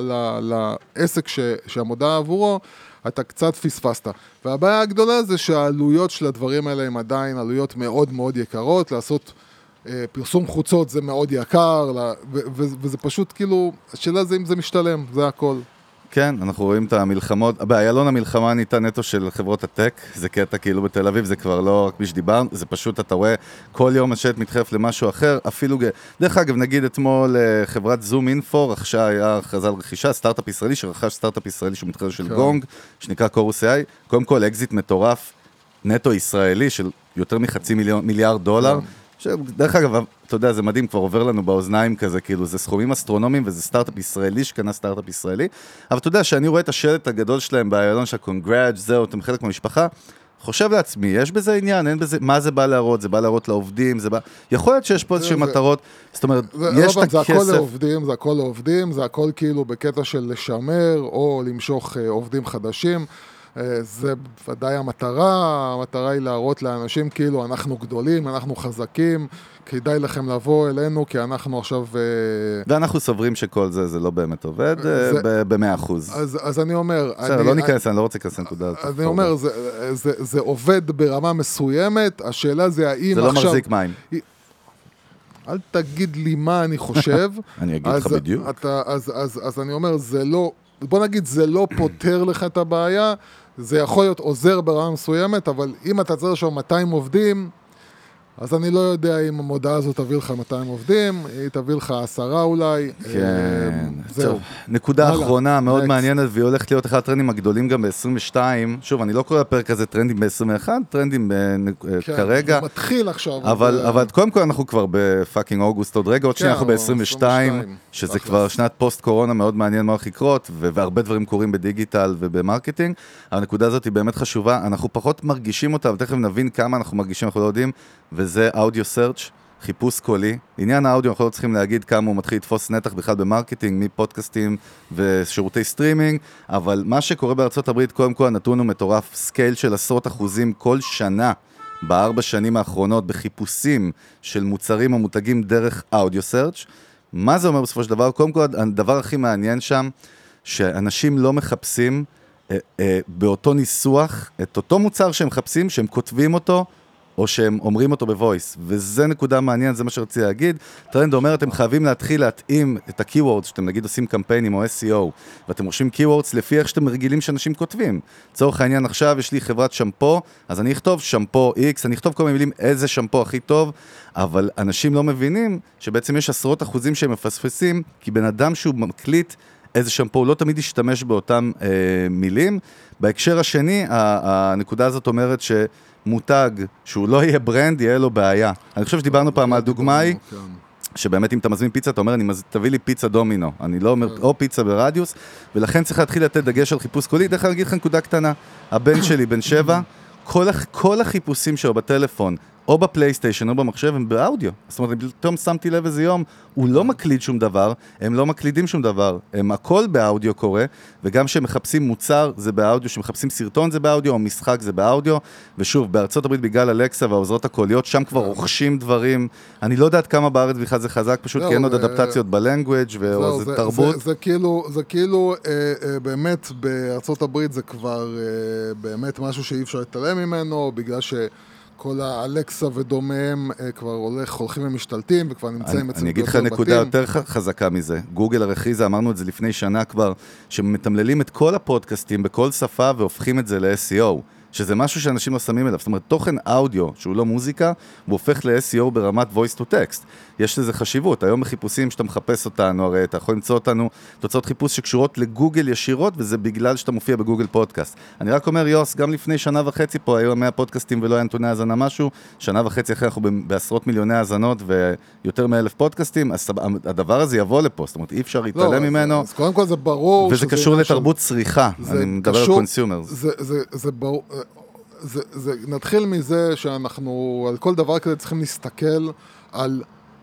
לעסק שהמודעה עבורו, אתה קצת פספסת. והבעיה הגדולה זה שהעלויות של הדברים האלה הם עדיין עלויות מאוד מאוד יקרות, לעשות פרסום חוצות זה מאוד יקר, וזה פשוט כאילו, השאלה זה אם זה משתלם, זה הכל. כן, אנחנו רואים את המלחמות, באיילון המלחמה ניתן נטו של חברות הטק, זה קטע כאילו בתל אביב, זה כבר לא רק מי שדיבר, זה פשוט, אתה רואה, כל יום השט מתחלף למשהו אחר, אפילו, דרך אגב, נגיד אתמול חברת זום אינפו, רכשה, היה הכרזה על רכישה, סטארט-אפ ישראלי, שרכש סטארט-אפ ישראלי שהוא מתחרה של גונג, שנקרא קורוס AI, קודם כל אקזיט מטורף, נטו ישראלי של יותר $500 מיליארד, דרך אגב, אתה יודע, זה מדהים, כבר עובר לנו באוזניים כזה, כאילו, זה סכומים אסטרונומיים, וזה סטארט-אפ ישראלי, שקנה סטארט-אפ ישראלי, אבל אתה יודע, שאני רואה את השלט הגדול שלהם באיילון של קונגראג' זהו, אתם חלק מהמשפחה, חושב לעצמי, יש בזה עניין, אין בזה, מה זה בא להראות? זה בא להראות לעובדים, זה בא, יכול להיות שיש פה איזושהי מטרות, זאת אומרת, יש את הכסף. זה הכל לעובדים, זה הכל כאילו בקטע של לשמר, או למשוך עובדים חדשים, זה ודאי המטרה היא להראות לאנשים כאילו אנחנו גדולים, אנחנו חזקים, כדאי לכם לבוא אלינו כי אנחנו עכשיו... ואנחנו סוברים שכל זה לא באמת עובד ב-100%. אז אני אומר... לא ניכנס, אני לא רוצה להיכנס לנקודה. אני אומר, זה עובד ברמה מסוימת, השאלה זה האם עכשיו... זה לא מחזיק מים. אל תגיד לי מה אני חושב. אני אגיד לך בדיוק. אז אני אומר, זה לא... בוא נגיד, זה לא פותר לך את הבעיה, זה יכול להיות עוזר ברמה מסוימת, אבל אם אתה צריך שם 200 עובדים, אז אני לא יודע אם המודעה הזאת תביא לך 200 עובדים, היא תביא לך 10 אולי. כן, זהו. נקודה אחרונה מאוד מעניינת, והיא הולכת להיות אחד הטרנדים הגדולים גם ב-22. שוב, אני לא קורא לפרק הזה טרנדים ב-21, טרנדים כרגע. כן, זה מתחיל עכשיו. אבל קודם כל אנחנו כבר בפאקינג אוגוסט עוד רגע, עוד שנייה אנחנו ב-22, שזה כבר שנת פוסט קורונה מאוד מעניין מה הולך לקרות, והרבה דברים קורים בדיגיטל ובמרקטינג. הנקודה הזאת היא באמת חשובה, אנחנו פחות מרגישים אותה, ותכף נבין כמה אנחנו מרגישים, אנחנו לא יודעים, וזה אודיו סרצ', חיפוש קולי. עניין האודיו, אנחנו לא צריכים להגיד כמה הוא מתחיל לתפוס נתח בכלל במרקטינג, מפודקאסטים ושירותי סטרימינג, אבל מה שקורה בארצות הברית, קודם כל הנתון הוא מטורף, סקייל של 10% כל שנה, ב4 שנים האחרונות, בחיפושים של מוצרים או מותגים דרך אודיו סרצ'. מה זה אומר בסופו של דבר? קודם כל, הדבר הכי מעניין שם, שאנשים לא מחפשים באותו ניסוח, את אותו מוצר שהם מחפשים, שהם כותבים אותו, או שהם אומרים אותו בוויס, וזה נקודה מעניין, זה מה שרציתי להגיד. טרנד אומר, אתם חייבים להתחיל להתאים את ה-keywords, שאתם נגיד עושים קמפיינים או SEO, ואתם רושמים keywords לפי איך שאתם רגילים שאנשים כותבים. לצורך העניין עכשיו, יש לי חברת שמפו, אז אני אכתוב שמפו X, אני אכתוב כל מיני מילים איזה שמפו הכי טוב, אבל אנשים לא מבינים שבעצם יש עשרות אחוזים שהם מפספסים, כי בן אדם שהוא מקליט איזה שמפו, הוא לא תמיד ישתמש באותם מילים. בהקשר השני, הנקודה הזאת אומרת מותג שהוא לא יהיה ברנד, יהיה לו בעיה. אני חושב שדיברנו פעם על דוגמה היא, שבאמת אם אתה מזמין פיצה, אתה אומר, תביא לי פיצה דומינו. אני לא אומר, או פיצה ברדיוס, ולכן צריך להתחיל לתת דגש על חיפוש קולי. דרך כלל אגיד לך נקודה קטנה. הבן שלי, בן 7, כל החיפושים שלו בטלפון, או בפלייסטיישן, או במחשב, הם באודיו. זאת אומרת, פתאום שמתי לב איזה יום, הוא לא מקליד שום דבר, הם לא מקלידים שום דבר, הם הכל באודיו קורה, וגם כשמחפשים מוצר זה באודיו, כשמחפשים סרטון זה באודיו, או משחק זה באודיו, ושוב, בארצות הברית בגלל אלקסה והעוזרות הקוליות, שם כבר רוכשים דברים, אני לא יודעת כמה בארץ בכלל זה חזק, פשוט כי אין עוד אדפטציות בלנגוויג' וזה תרבות. זה כאילו, באמת, בארצות הברית זה כבר באמת משהו שאי אפשר להתעלם ממנו, בגלל ש כל האלקסה ודומיהם כבר הולכים ומשתלטים וכבר נמצאים אצלנו בתים. אני אגיד לך נקודה יותר חזקה מזה. גוגל הרכיזה, אמרנו את זה לפני שנה כבר, שמתמללים את כל הפודקאסטים בכל שפה והופכים את זה ל-SEO. שזה משהו שאנשים לא שמים אליו. זאת אומרת, תוכן אודיו, שהוא לא מוזיקה, הוא הופך ל-SEO ברמת voice to text. יש לזה חשיבות. היום בחיפושים שאתה מחפש אותנו, הרי אתה יכול למצוא אותנו תוצאות חיפוש שקשורות לגוגל ישירות, וזה בגלל שאתה מופיע בגוגל פודקאסט. אני רק אומר, יוס, גם לפני שנה וחצי פה היו 100 פודקאסטים ולא היה נתוני האזנה משהו, שנה וחצי אחרי אנחנו בעשרות מיליוני האזנות ויותר מ1,000 פודקאסטים, אז הדבר הזה יבוא לפה. זאת אומרת, אי אפשר להתעלם ממנו. אז קודם כל זה ברור וזה קשור לתרבות צריכה. אני מדבר על קונסיומרס. זה ברור. נתחיל מזה שאנחנו על כל דבר כזה צריכים להסתכל על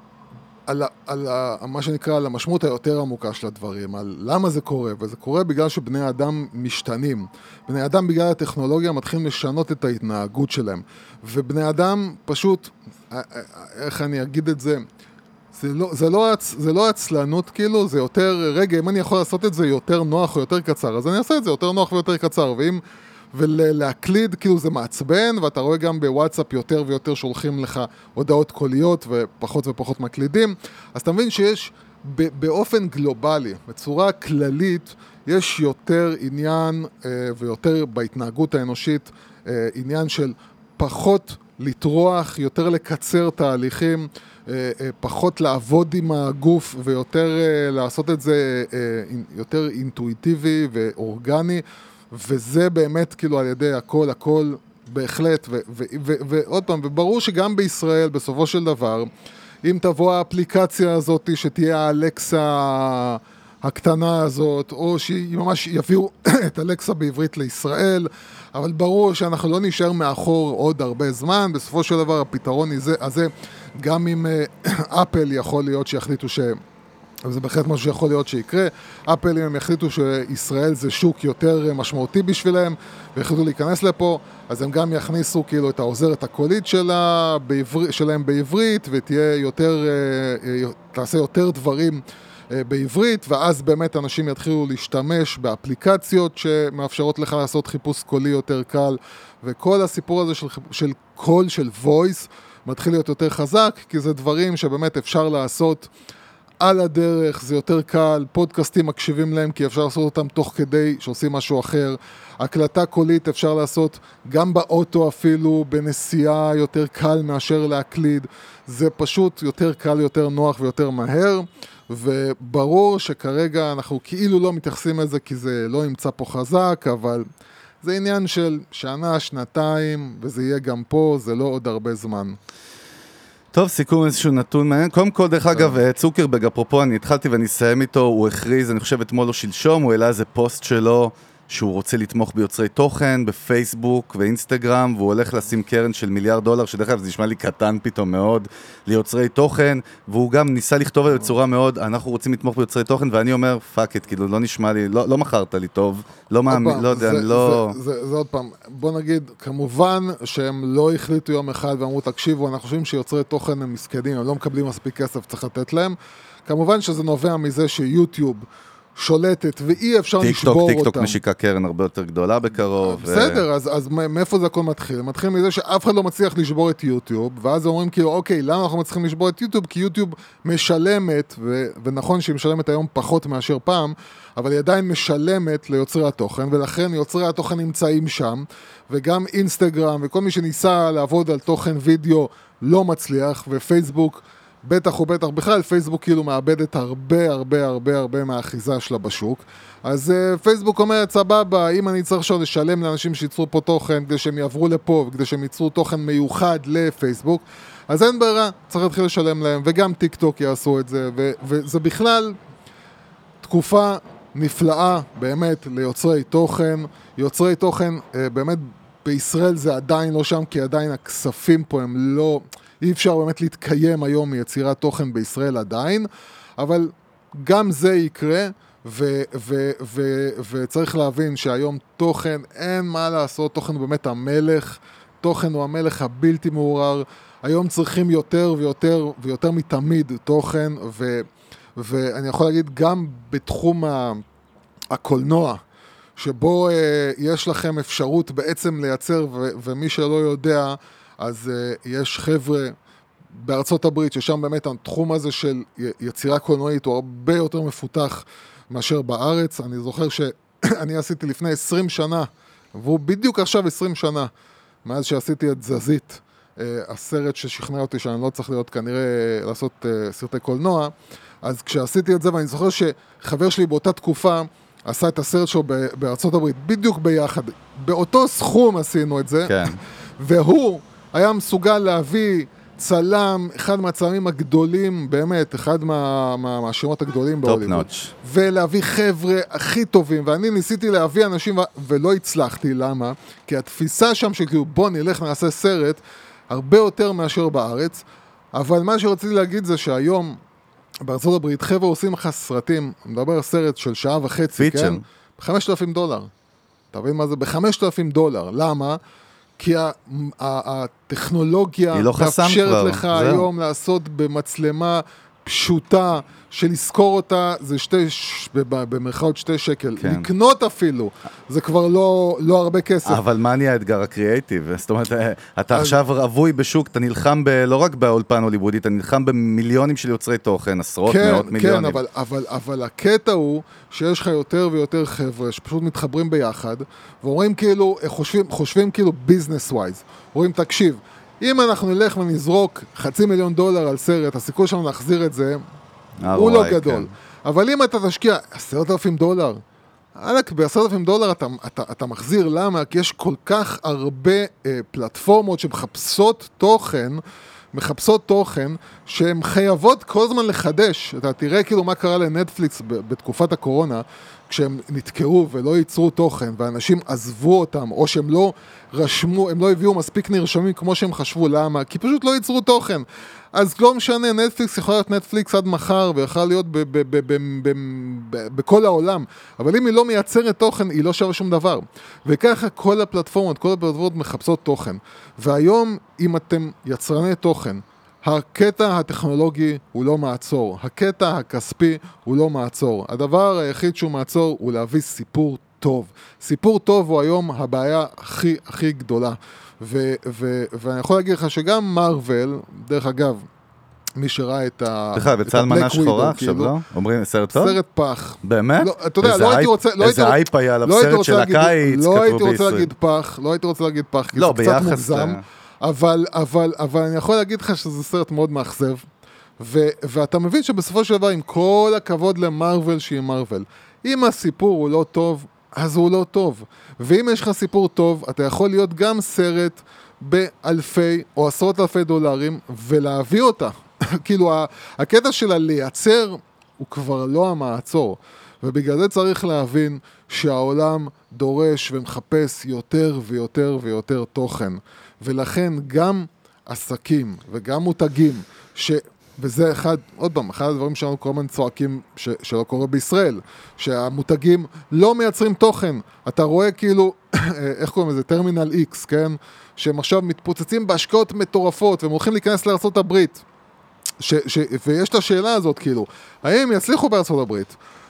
מה שנקרא, על המשמעות היותר עמוקה של הדברים, על למה זה קורה, וזה קורה בגלל שבני אדם משתנים. בני אדם בגלל הטכנולוגיה מתחילים לשנות את ההתנהגות שלהם, ובני אדם פשוט, איך אני אגיד את זה, זה לא עצלנות כאילו, זה יותר, רגע, אם אני יכול לעשות את זה יותר נוח או יותר קצר, אז אני אעשה את זה יותר נוח ויותר קצר, ולהקליד, כאילו זה מעצבן, ואתה רואה גם בוואטסאפ יותר ויותר שולחים לך הודעות קוליות, ופחות ופחות מקלידים, אז אתה מבין שיש באופן גלובלי, בצורה כללית, יש יותר עניין, ויותר בהתנהגות האנושית, עניין של פחות לטרוח, יותר לקצר תהליכים, פחות לעבוד עם הגוף, ויותר לעשות את זה יותר אינטואיטיבי ואורגני, וזה באמת כאילו על ידי הכל בהחלט, ועוד פעם, וברור שגם בישראל בסופו של דבר, אם תבוא האפליקציה הזאת שתהיה האלקסה הקטנה הזאת, או שממש יביאו את אלקסה בעברית לישראל, אבל ברור שאנחנו לא נשאר מאחור עוד הרבה זמן, בסופו של דבר הפתרון הזה, גם אם אפל יכול להיות שיחליטו וזה בהחלט משהו שיכול להיות שיקרה. אפל, אם הם יחליטו שישראל זה שוק יותר משמעותי בשבילם, ויחליטו להיכנס לפה, אז הם גם יכניסו כאילו את העוזרת הקולית שלהם בעברית, ותהיה יותר, תעשה יותר דברים בעברית, ואז באמת אנשים יתחילו להשתמש באפליקציות שמאפשרות לך לעשות חיפוש קולי יותר קל, וכל הסיפור הזה של קול, של voice, מתחיל להיות יותר חזק, כי זה דברים שבאמת אפשר לעשות על הדרך, זה יותר קל, פודקאסטים מקשיבים להם כי אפשר לעשות אותם תוך כדי שעושים משהו אחר, הקלטה קולית אפשר לעשות גם באוטו אפילו, בנסיעה יותר קל מאשר להקליד, זה פשוט יותר קל, יותר נוח ויותר מהר, וברור שכרגע אנחנו כאילו לא מתייחסים לזה כי זה לא נמצא פה חזק, אבל זה עניין של שנה, שנתיים, וזה יהיה גם פה, זה לא עוד הרבה זמן. טוב, סיכום איזשהו נתון מעניין. קודם כל, דרך אגב, צוקרברג, אפרופו, אני התחלתי ואני אסיים איתו, הוא הכריז, אני חושב אתמול או שלשום, הוא העלה איזה פוסט שלו, שהוא רוצה לתמוך ביוצרי תוכן, בפייסבוק ואינסטגרם, והוא הולך לשים קרן של $1 מיליארד, שדרך אגב זה נשמע לי קטן פתאום מאוד, ליוצרי תוכן, והוא גם ניסה לכתוב על בצורה מאוד, אנחנו רוצים לתמוך ביוצרי תוכן, ואני אומר, פאק את, כאילו, לא נשמע לי, לא מכרת לי טוב, לא מאמין, לא יודע, לא... זה עוד פעם, בוא נגיד, כמובן שהם לא החליטו יום אחד ואמרו, תקשיבו, אנחנו חושבים שיוצרי תוכן הם מסכנים, הם לא מקבלים מספיק כסף, צריך לתת להם. כמובן שזה נובע מזה שיוטיוב שולטת, ואי אפשר לשבור אותם. טיקטוק משיקה קרן הרבה יותר גדולה בקרוב. בסדר, אז מאיפה זה הכל מתחיל? מתחיל מזה שאף אחד לא מצליח לשבור את יוטיוב, ואז אומרים כאילו, אוקיי, למה אנחנו מצליחים לשבור את יוטיוב? כי יוטיוב משלמת, ונכון שהיא משלמת היום פחות מאשר פעם, אבל היא עדיין משלמת ליוצרי התוכן, ולכן יוצרי התוכן נמצאים שם, וגם אינסטגרם, וכל מי שניסה לעבוד על תוכן וידאו לא מצליח, ופייסבוק בטח ובטח, בכלל פייסבוק כאילו מאבדת הרבה מהאחיזה שלה בשוק. אז פייסבוק אומרת, סבבה, אם אני צריך עכשיו לשלם לאנשים שיצרו פה תוכן, כדי שהם יעברו לפה, וכדי שהם ייצרו תוכן מיוחד לפייסבוק, אז אין ברירה, צריך להתחיל לשלם להם, וגם טיק טוק יעשו את זה, וזה בכלל תקופה נפלאה, באמת, ליוצרי תוכן. יוצרי תוכן, באמת, בישראל זה עדיין לא שם, כי עדיין הכספים פה הם לא... אי אפשר באמת להתקיים היום מיצירת תוכן בישראל עדיין, אבל גם זה יקרה, וצריך להבין שהיום תוכן, אין מה לעשות, תוכן הוא באמת המלך, תוכן הוא המלך הבלתי מעורר, היום צריכים יותר ויותר מתמיד תוכן, ואני יכול להגיד גם בתחום הקולנוע, שבו יש לכם אפשרות בעצם לייצר, ומי שלא יודע, אז יש חבר'ה בארצות הברית, ששם באמת התחום הזה של יצירה קולנועית הוא הרבה יותר מפותח מאשר בארץ. אני זוכר שאני עשיתי לפני 20 שנה, והוא בדיוק עכשיו 20 שנה, מאז שעשיתי את זזית, הסרט ששכנע אותי שאני לא צריך להיות כנראה לעשות סרטי קולנוע, אז כשעשיתי את זה, ואני זוכר שחבר שלי באותה תקופה עשה את הסרט שלו בארצות הברית, בדיוק ביחד, באותו סכום עשינו את זה, כן. והוא היה מסוגל להביא צלם, אחד מהצלמים הגדולים, באמת, אחד מהשמות הגדולים בהוליווד. ולהביא חבר'ה הכי טובים, ואני ניסיתי להביא אנשים, ולא הצלחתי, למה? כי התפיסה שם שכאילו, בוא נלך נעשה סרט, הרבה יותר מאשר בארץ, אבל מה שרציתי להגיד זה שהיום, בארצות הברית, חבר'ה עושים לך סרטים, מדבר על סרט של שעה וחצי, כן? $5,000. אתה מבין מה זה? $5,000. למה? כי הטכנולוגיה לא מאפשרת לך היום לעשות במצלמה פשוטה, שלזכור אותה זה במרכאות 2 שקל. כן. לקנות אפילו, זה כבר לא הרבה כסף. אבל מה נהיה האתגר הקריאייטיב? זאת אומרת, אתה עכשיו רבוי בשוק, אתה נלחם לא רק באולפן הוליוודי, אתה נלחם במיליונים של יוצרי תוכן, עשרות, מאות מיליונים. כן, אבל הקטע הוא שיש לך יותר ויותר חבר'ה שפשוט מתחברים ביחד, ואומרים כאילו, חושבים כאילו business wise. אומרים, תקשיב, אם אנחנו נלך ונזרוק $500,000 על סרט, הסיכוי שלנו להחזיר את זה, הוא לא גדול. אבל אם אתה תשקיע $10,000, ב$10,000 אתה מחזיר, למה? כי יש כל כך הרבה פלטפורמות שמחפשות תוכן, שהן חייבות כל הזמן לחדש. אתה תראה כאילו מה קרה לנטפליקס בתקופת הקורונה, כשהם נתקעו ולא ייצרו תוכן, ואנשים עזבו אותם, או שהם לא רשמו, הם לא הביאו מספיק נרשמים כמו שהם חשבו, למה? כי פשוט לא ייצרו תוכן. אז לא משנה, נטפליקס יכול להיות נטפליקס עד מחר, ויכול להיות בכל העולם, אבל אם היא לא מייצרת תוכן, היא לא שווה שום דבר. וככה כל הפלטפורמות מחפשות תוכן. והיום, אם אתם יצרני תוכן, הקטע הטכנולוגי הוא לא מעצור, הקטע הכספי הוא לא מעצור. הדבר היחיד שהוא מעצור הוא להביא סיפור טוב. סיפור טוב הוא היום הבעיה הכי גדולה. ואני יכול להגיד לך שגם מרוול, דרך אגב, מי שראה את בכלל, בצל מנה שחורה עכשיו, לא? אומרים, סרט טוב? סרט פח. באמת? אתה יודע, לא הייתי רוצה... איזה הייפ היה עליו, סרט של הקיץ, לא הייתי רוצה להגיד פח, כי זה קצת מוגזם. אבל אני יכול להגיד לך שזה סרט מאוד מאכזב, ואתה מבין שבסופו של דבר, עם כל הכבוד למרוול שהיא מרוול, אם הסיפור הוא לא טוב, אז הוא לא טוב. ואם יש לך סיפור טוב, אתה יכול להיות גם סרט באלפי או $10,000 ולהביא אותה. כאילו, הקטע שלה לייצר הוא כבר לא המעצור. ובגלל זה צריך להבין שהעולם דורש ומחפש יותר ויותר ויותר תוכן. ולכן גם עסקים וגם מותגים, וזה אחד הדברים שאנחנו כל הזמן צועקים שלא קורה בישראל, שהמותגים לא מייצרים תוכן. אתה רואה כאילו, איך קוראים לזה? טרמינל X, כן? שהם עכשיו מתפוצצים בהשקעות מטורפות, והם הולכים להיכנס לארצות הברית. ויש את השאלה הזאת, כאילו, האם יצליחו בארצות הברית?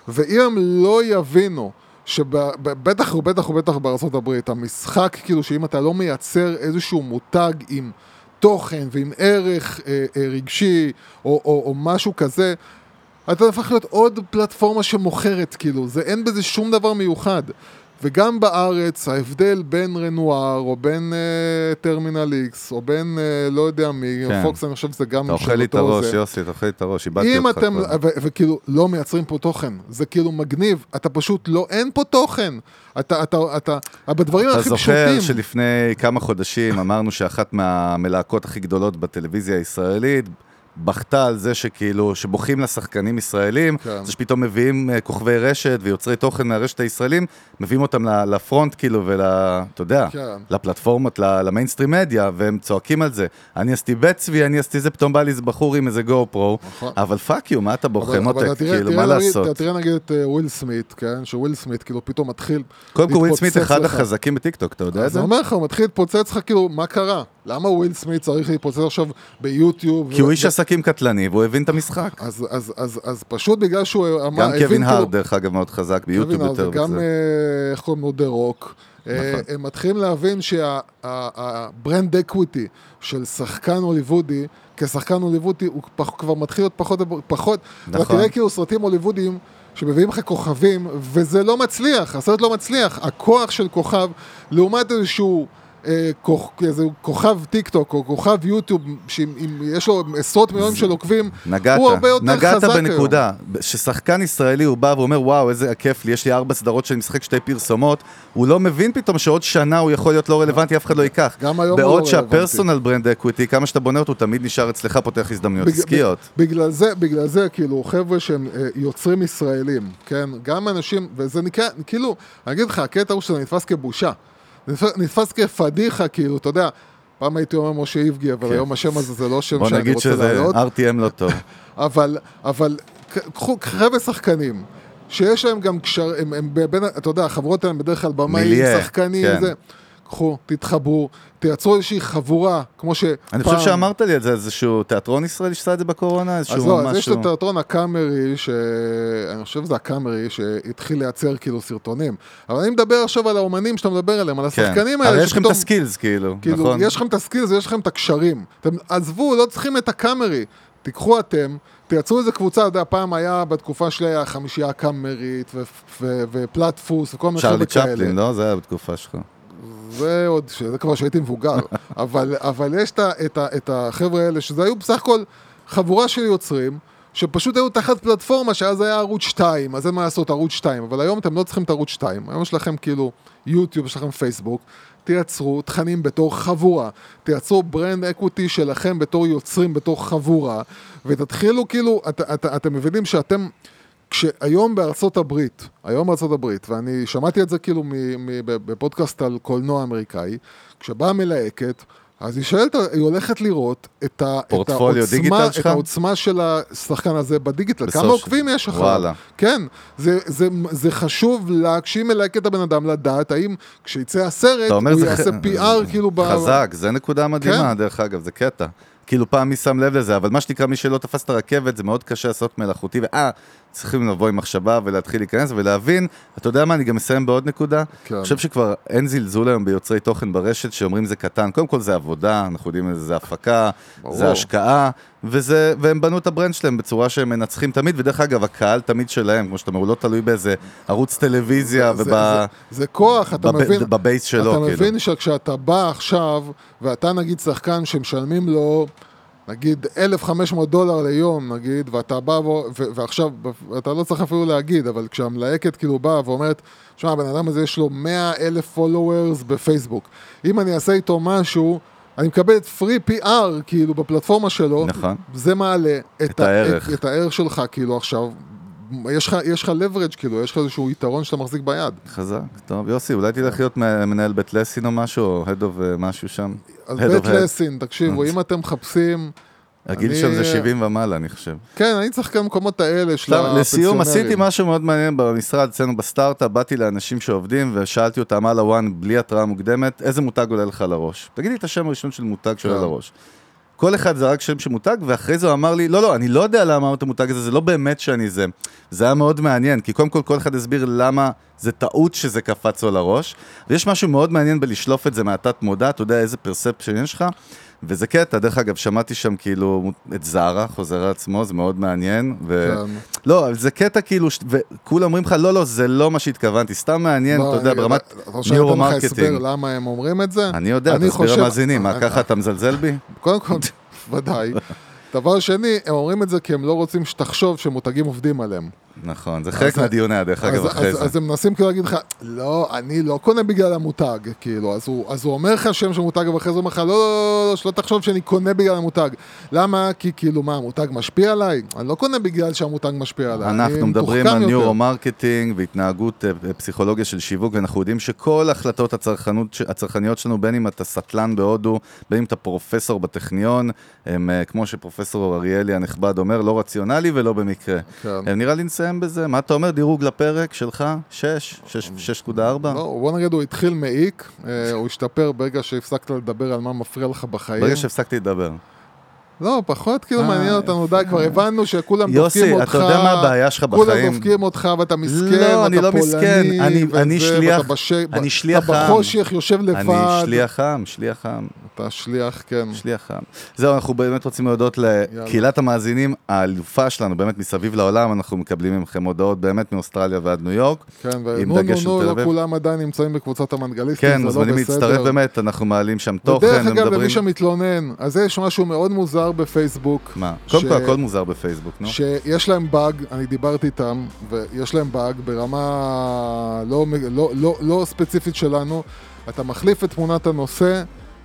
ואם הם לא יבינו, שבטח ובטח בארצות הברית, המשחק כאילו שאם אתה לא מייצר איזשהו מותג עם תוכן ועם ערך רגשי או משהו כזה, אתה הופך להיות עוד פלטפורמה שמוכרת, כאילו, אין בזה שום דבר מיוחד. וגם בארץ, ההבדל בין רנואר, או בין טרמינל איקס, או בין, לא יודע מי, פוקס, אני חושב שזה גם... אתה אוכל לי את הראש, יוסי, אתה אוכל לי את הראש, איבדתי אותך כבר. וכאילו, לא מייצרים פה תוכן, זה כאילו מגניב, אתה פשוט לא, אין פה תוכן. בדברים הכי פשוטים. אתה זוכר שלפני כמה חודשים אמרנו שאחת מהמלהקות הכי גדולות בטלוויזיה הישראלית, בכתה על זה שכאילו, שבוכים לשחקנים ישראלים, זה שפתאום מביאים כוכבי רשת ויוצרי תוכן מהרשת הישראלים, מביאים אותם לפרונט כאילו אתה יודע, לפלטפורמות, למיינסטרים מדיה, והם צועקים על זה. אני עשיתי בית צבי, אני עשיתי זה, פתאום בא לי בחור עם איזה גו פרו, אבל פאק יו, מה אתה בוכה, מותק, כאילו, מה לעשות? תראה נגיד את וויל סמית, כן? שוויל סמית כאילו פתאום מתחיל קודם כל וויל סמית אחד החזקים בטיקטוק, אתה יודע את זה? אז אומר לך, הוא מתחיל להתפוצץ לך כאילו, מה קרה? למה וויל סמית צריך להתפוצץ עכשיו ביוטיוב? כי הוא איש עסקים קטלני, והוא הבין את המשחק. אז פשוט בגלל שהוא... גם קווין הארד, דרך אגב, מאוד חזק ביוטיוב יותר. גם, איך קוראים לו, דה רוק. הם מתחילים להבין שהברנד אקוויטי של שחקן הוליוודי, כשחקן הוליוודי, הוא כבר מתחיל להיות פחות. ואתה תראה כאילו סרטים הוליוודיים, שמביאים לך כוכבים, וזה לא מצליח, הסרט לא מצליח. הכוח של כוכב, לעומת איזשהו כוכב טיק טוק או כוכב יוטיוב שיש לו עשרות מיליונים של עוקבים, הוא הרבה יותר חזק. נגעת בנקודה, ששחקן ישראלי הוא בא ואומר וואו איזה כיף לי, יש לי 4 סדרות שאני משחק 2 פרסומות, הוא לא מבין פתאום שעוד שנה הוא יכול להיות לא רלוונטי, אף אחד לא ייקח. בעוד שהפרסונל ברנד אקוויטי, כמה שאתה בונה אותו, הוא תמיד נשאר אצלך, פותח הזדמנויות עסקיות. בגלל זה כאילו חבר'ה שהם יוצרים ישראלים, כן, גם אנשים, וזה נקרא, כאילו, אני אגיד לך, הקטע הוא שזה נתפס כבושה. נתפס כפדיחה, כאילו, אתה יודע, פעם הייתי אומר משה איבגי, אבל היום השם הזה זה לא שם שאני רוצה לעלות. בוא נגיד שזה RTM לא טוב. אבל קחו חבר'ה שחקנים, שיש להם גם קשר, אתה יודע, החברות האלה בדרך כלל במאים, שחקנים, זה... קחו, תתחברו, תייצרו איזושהי חבורה, כמו שפעם... אני חושב שאמרת לי את זה, איזשהו תיאטרון ישראלי שעשה את זה בקורונה, איזשהו משהו... אז לא, אז יש את התיאטרון הקאמרי, אני חושב שזה הקאמרי, שהתחיל לייצר כאילו סרטונים. אבל אני מדבר עכשיו על האומנים שאתה מדבר עליהם, על השחקנים האלה... הרי יש לכם את הסקילס, כאילו, נכון? יש לכם את הסקילס ויש לכם את הקשרים. עזבו, לא צריכים את הקאמרי. תיקחו אתם, תייצרו איזה קבוצה, אתה יודע, פעם היה בתקופה שלי החמישייה הקאמרית ופלטפוס וכל מיני צ'רלי צ'פלין, לא? זה היה בתקופה שלך. זה עוד, זה כבר שהייתי מבוגר, אבל יש את החבר'ה האלה, שזה היו בסך הכל חבורה של יוצרים, שפשוט היו תחת פלטפורמה, שאז היה ערוץ 2, אז אין מה לעשות ערוץ 2, אבל היום אתם לא צריכים את ערוץ 2, היום יש לכם כאילו יוטיוב, יש לכם פייסבוק, תייצרו תכנים בתור חבורה, תייצרו ברנד אקוויטי שלכם בתור יוצרים, בתור חבורה, ותתחילו כאילו, אתם מבינים שאתם... כשהיום בארצות הברית, ואני שמעתי את זה כאילו בפודקאסט על קולנוע אמריקאי, כשבאה מלהקת, אז היא הולכת לראות את העוצמה של השחקן הזה בדיגיטל. כמה עוקבים יש אחר? כן, זה חשוב לה, כשהיא מלהקת את הבן אדם לדעת, האם כשיצא הסרט, הוא יעשה PR כאילו... חזק, זה נקודה מדהימה, דרך אגב, זה קטע. כאילו פעם מי שם לב לזה, אבל מה שנקרא מי שלא תפס את הרכבת, זה מאוד קשה לעשות מלאכותי, צריכים לבוא עם מחשבה ולהתחיל להיכנס ולהבין, אתה יודע מה, אני גם מסיים בעוד נקודה, אני חושב שכבר אין זלזול היום ביוצרי תוכן ברשת שאומרים זה קטן, קודם כל זה עבודה, אנחנו יודעים זה הפקה, זה השקעה, והם בנו את הברנד שלהם בצורה שהם מנצחים תמיד, ודרך אגב הקהל תמיד שלהם, כמו שאתה אומר, הוא לא תלוי באיזה ערוץ טלוויזיה זה כוח, אתה מבין, בבייס שלו, אתה מבין שכשאתה בא עכשיו, ואתה נגיד שחקן שמשלמים לו נגיד $1,500 ליום, נגיד, ואתה בא, ועכשיו, אתה לא צריך אפילו להגיד, אבל כשהמלהקת כאילו באה ואומרת, שמה, הבן אדם הזה יש לו 100,000 followers בפייסבוק. אם אני אעשה איתו משהו, אני מקבל את פרי PR, כאילו, בפלטפורמה שלו, נכון. זה מעלה את הערך שלך, כאילו, עכשיו, יש לך leverage, כאילו, יש לך איזשהו יתרון שאתה מחזיק ביד. חזק, טוב, יוסי, אולי תלך להיות מנהל בית לסין או משהו, או head of משהו שם. אז בית לסין, תקשיבו, אם אתם מחפשים... הגיל שם זה 70 ומעלה, אני חושב. כן, אני צריך כאן מקומות האלה של הפנסיונרים. לסיום, עשיתי משהו מאוד מעניין במשרד, אצלנו בסטארט-אפ, באתי לאנשים שעובדים, ושאלתי אותם על הוואן, בלי התראה מוקדמת, איזה מותג עולה לך לראש? תגידי את השם הראשון של מותג שעולה לראש. כל אחד זה רק שם שמותג, ואחרי זה הוא אמר לי, לא, אני לא יודע למה אמרת המותג הזה, זה לא באמת שאני זה. זה היה מאוד מעניין, כי קודם כל אחד הסביר למה זה טעות שזה קפץ לו לראש, ויש משהו מאוד מעניין בלשלוף את זה מהתת מודע, אתה יודע איזה פרספשן יש לך, וזה קטע, דרך אגב, שמעתי שם כאילו את זרה, חוזר לעצמו, זה מאוד מעניין, לא, זה קטע כאילו, וכולם אומרים לך, לא, זה לא מה שהתכוונתי, סתם מעניין, אתה יודע, ברמת ניורומרקטינג. אתה הסבר למה הם אומרים את זה? אני יודע, תסביר המאזינים, מה ככה אתה מזלזל בי? קודם כל, ודאי. דבר שני, הם אומרים את זה כי הם לא רוצים שתחשוב שמותגים עובדים עליהם. נכון, זה חלק מהדיוני הדרך אגב אחרי זה. אז הם מנסים כאילו להגיד לך, לא, אני לא קונה בגלל המותג, כאילו, אז הוא אומר לך שם של מותג, ואחרי זה אומר לך, לא, שלא תחשוב שאני קונה בגלל המותג. למה? כי כאילו, מה, המותג משפיע עליי? אני לא קונה בגלל שהמותג משפיע עליי. אנחנו מדברים על ניורומרקטינג והתנהגות פסיכולוגיה של שיווק, ואנחנו יודעים שכל החלטות הצרכניות שלנו, בין אם אתה סטלן בהודו, בין אם אתה פרופסור בטכניון, הם, כמו שפרופסור אריאלי הנכבד אומר, לא רציונלי ולא במקרה. נראה לי נסיים בזה. מה אתה אומר? דירוג לפרק שלך? 6.4? לא, בוא נגיד, הוא התחיל מעיק, הוא השתפר ברגע שהפסקת לדבר על מה מפריע לך בחיים. ברגע שהפסקתי לדבר. לא, פחות כאילו מעניין אותנו, די, כבר הבנו שכולם דופקים אותך. יוסי, אתה יודע מה הבעיה שלך בחיים? כולם דופקים אותך ואתה מסכן, לא, אני לא מסכן, אני שליח, אני שליח עם. אתה בחושך יושב לבד. אני שליח עם. אתה שליח, כן. שליח עם. זהו, אנחנו באמת רוצים להודות לקהילת המאזינים, האלופה שלנו, באמת מסביב לעולם, אנחנו מקבלים מכם הודעות באמת מאוסטרליה ועד ניו יורק. כן, לא כולם עדיין נמצאים בקבוצת המנגליסטים, כן, מוזמנים להצטרף באמת, אנחנו מעלים שם תוכן. ודרך אגב, למי שמתלונן, אז יש משהו מאוד מוזר בפייסבוק. מה? קודם כל, הכל מוזר בפייסבוק, נו. שיש להם באג, אני דיברתי איתם, ויש להם באג ברמה לא ספציפית שלנו, אתה מחליף את תמונת הנושא,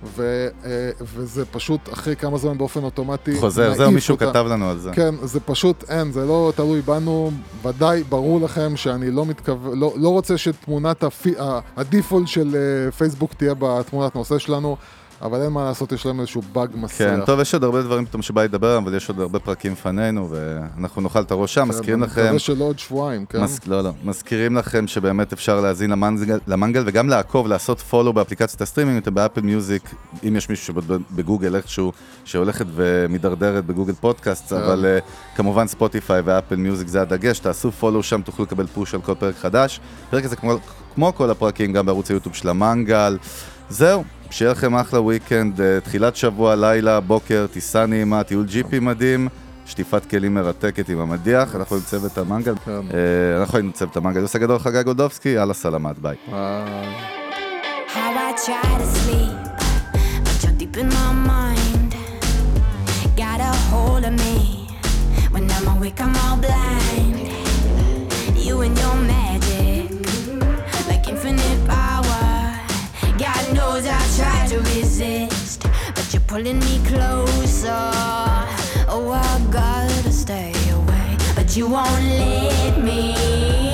וזה פשוט אחרי כמה זמן באופן אוטומטי חוזר, זהו מישהו כתב לנו על זה. כן, זה פשוט אין, זה לא תלוי בנו, ודאי ברור לכם שאני לא רוצה שתמונת הדיפולט של פייסבוק תהיה בתמונת נושא שלנו, אבל אין מה לעשות, יש לנו איזשהו באג מסך. כן, טוב, יש עוד הרבה דברים פתאום שבא לדבר, אבל יש עוד הרבה פרקים פנינו, ואנחנו נוכל את הראש שם, מזכירים לכם... מקווה שלא עוד שבועיים, כן? לא, מזכירים לכם שבאמת אפשר להזין למנגל, וגם לעקוב, לעשות פולו באפליקציית הסטרימינג, אתם באפל מיוזיק, אם יש מישהו בגוגל איכשהו, שהולכת ומדרדרת בגוגל פודקאסט, אבל כמובן ספוטיפיי ואפל מיוזיק זה הדגש, תעשו פולו שם, תוכלו לקבל פוש על כל פרק חדש. פרק הזה כמו כל הפרקים, גם בערוץ היוטיוב של המנגל. זהו, שיהיה לכם אחלה וויקנד, תחילת שבוע, לילה, בוקר, טיסה נעימה, טיול ג'יפי מדהים, שטיפת כלים מרתקת עם המדיח, אנחנו עם צוות המנגל, אנחנו עם צוות המנגל, יוסי גדול, חגי גולדובסקי, יאללה סלמת, ביי. I try to resist, but you're pulling me closer. Oh, I gotta stay away, but you won't let me.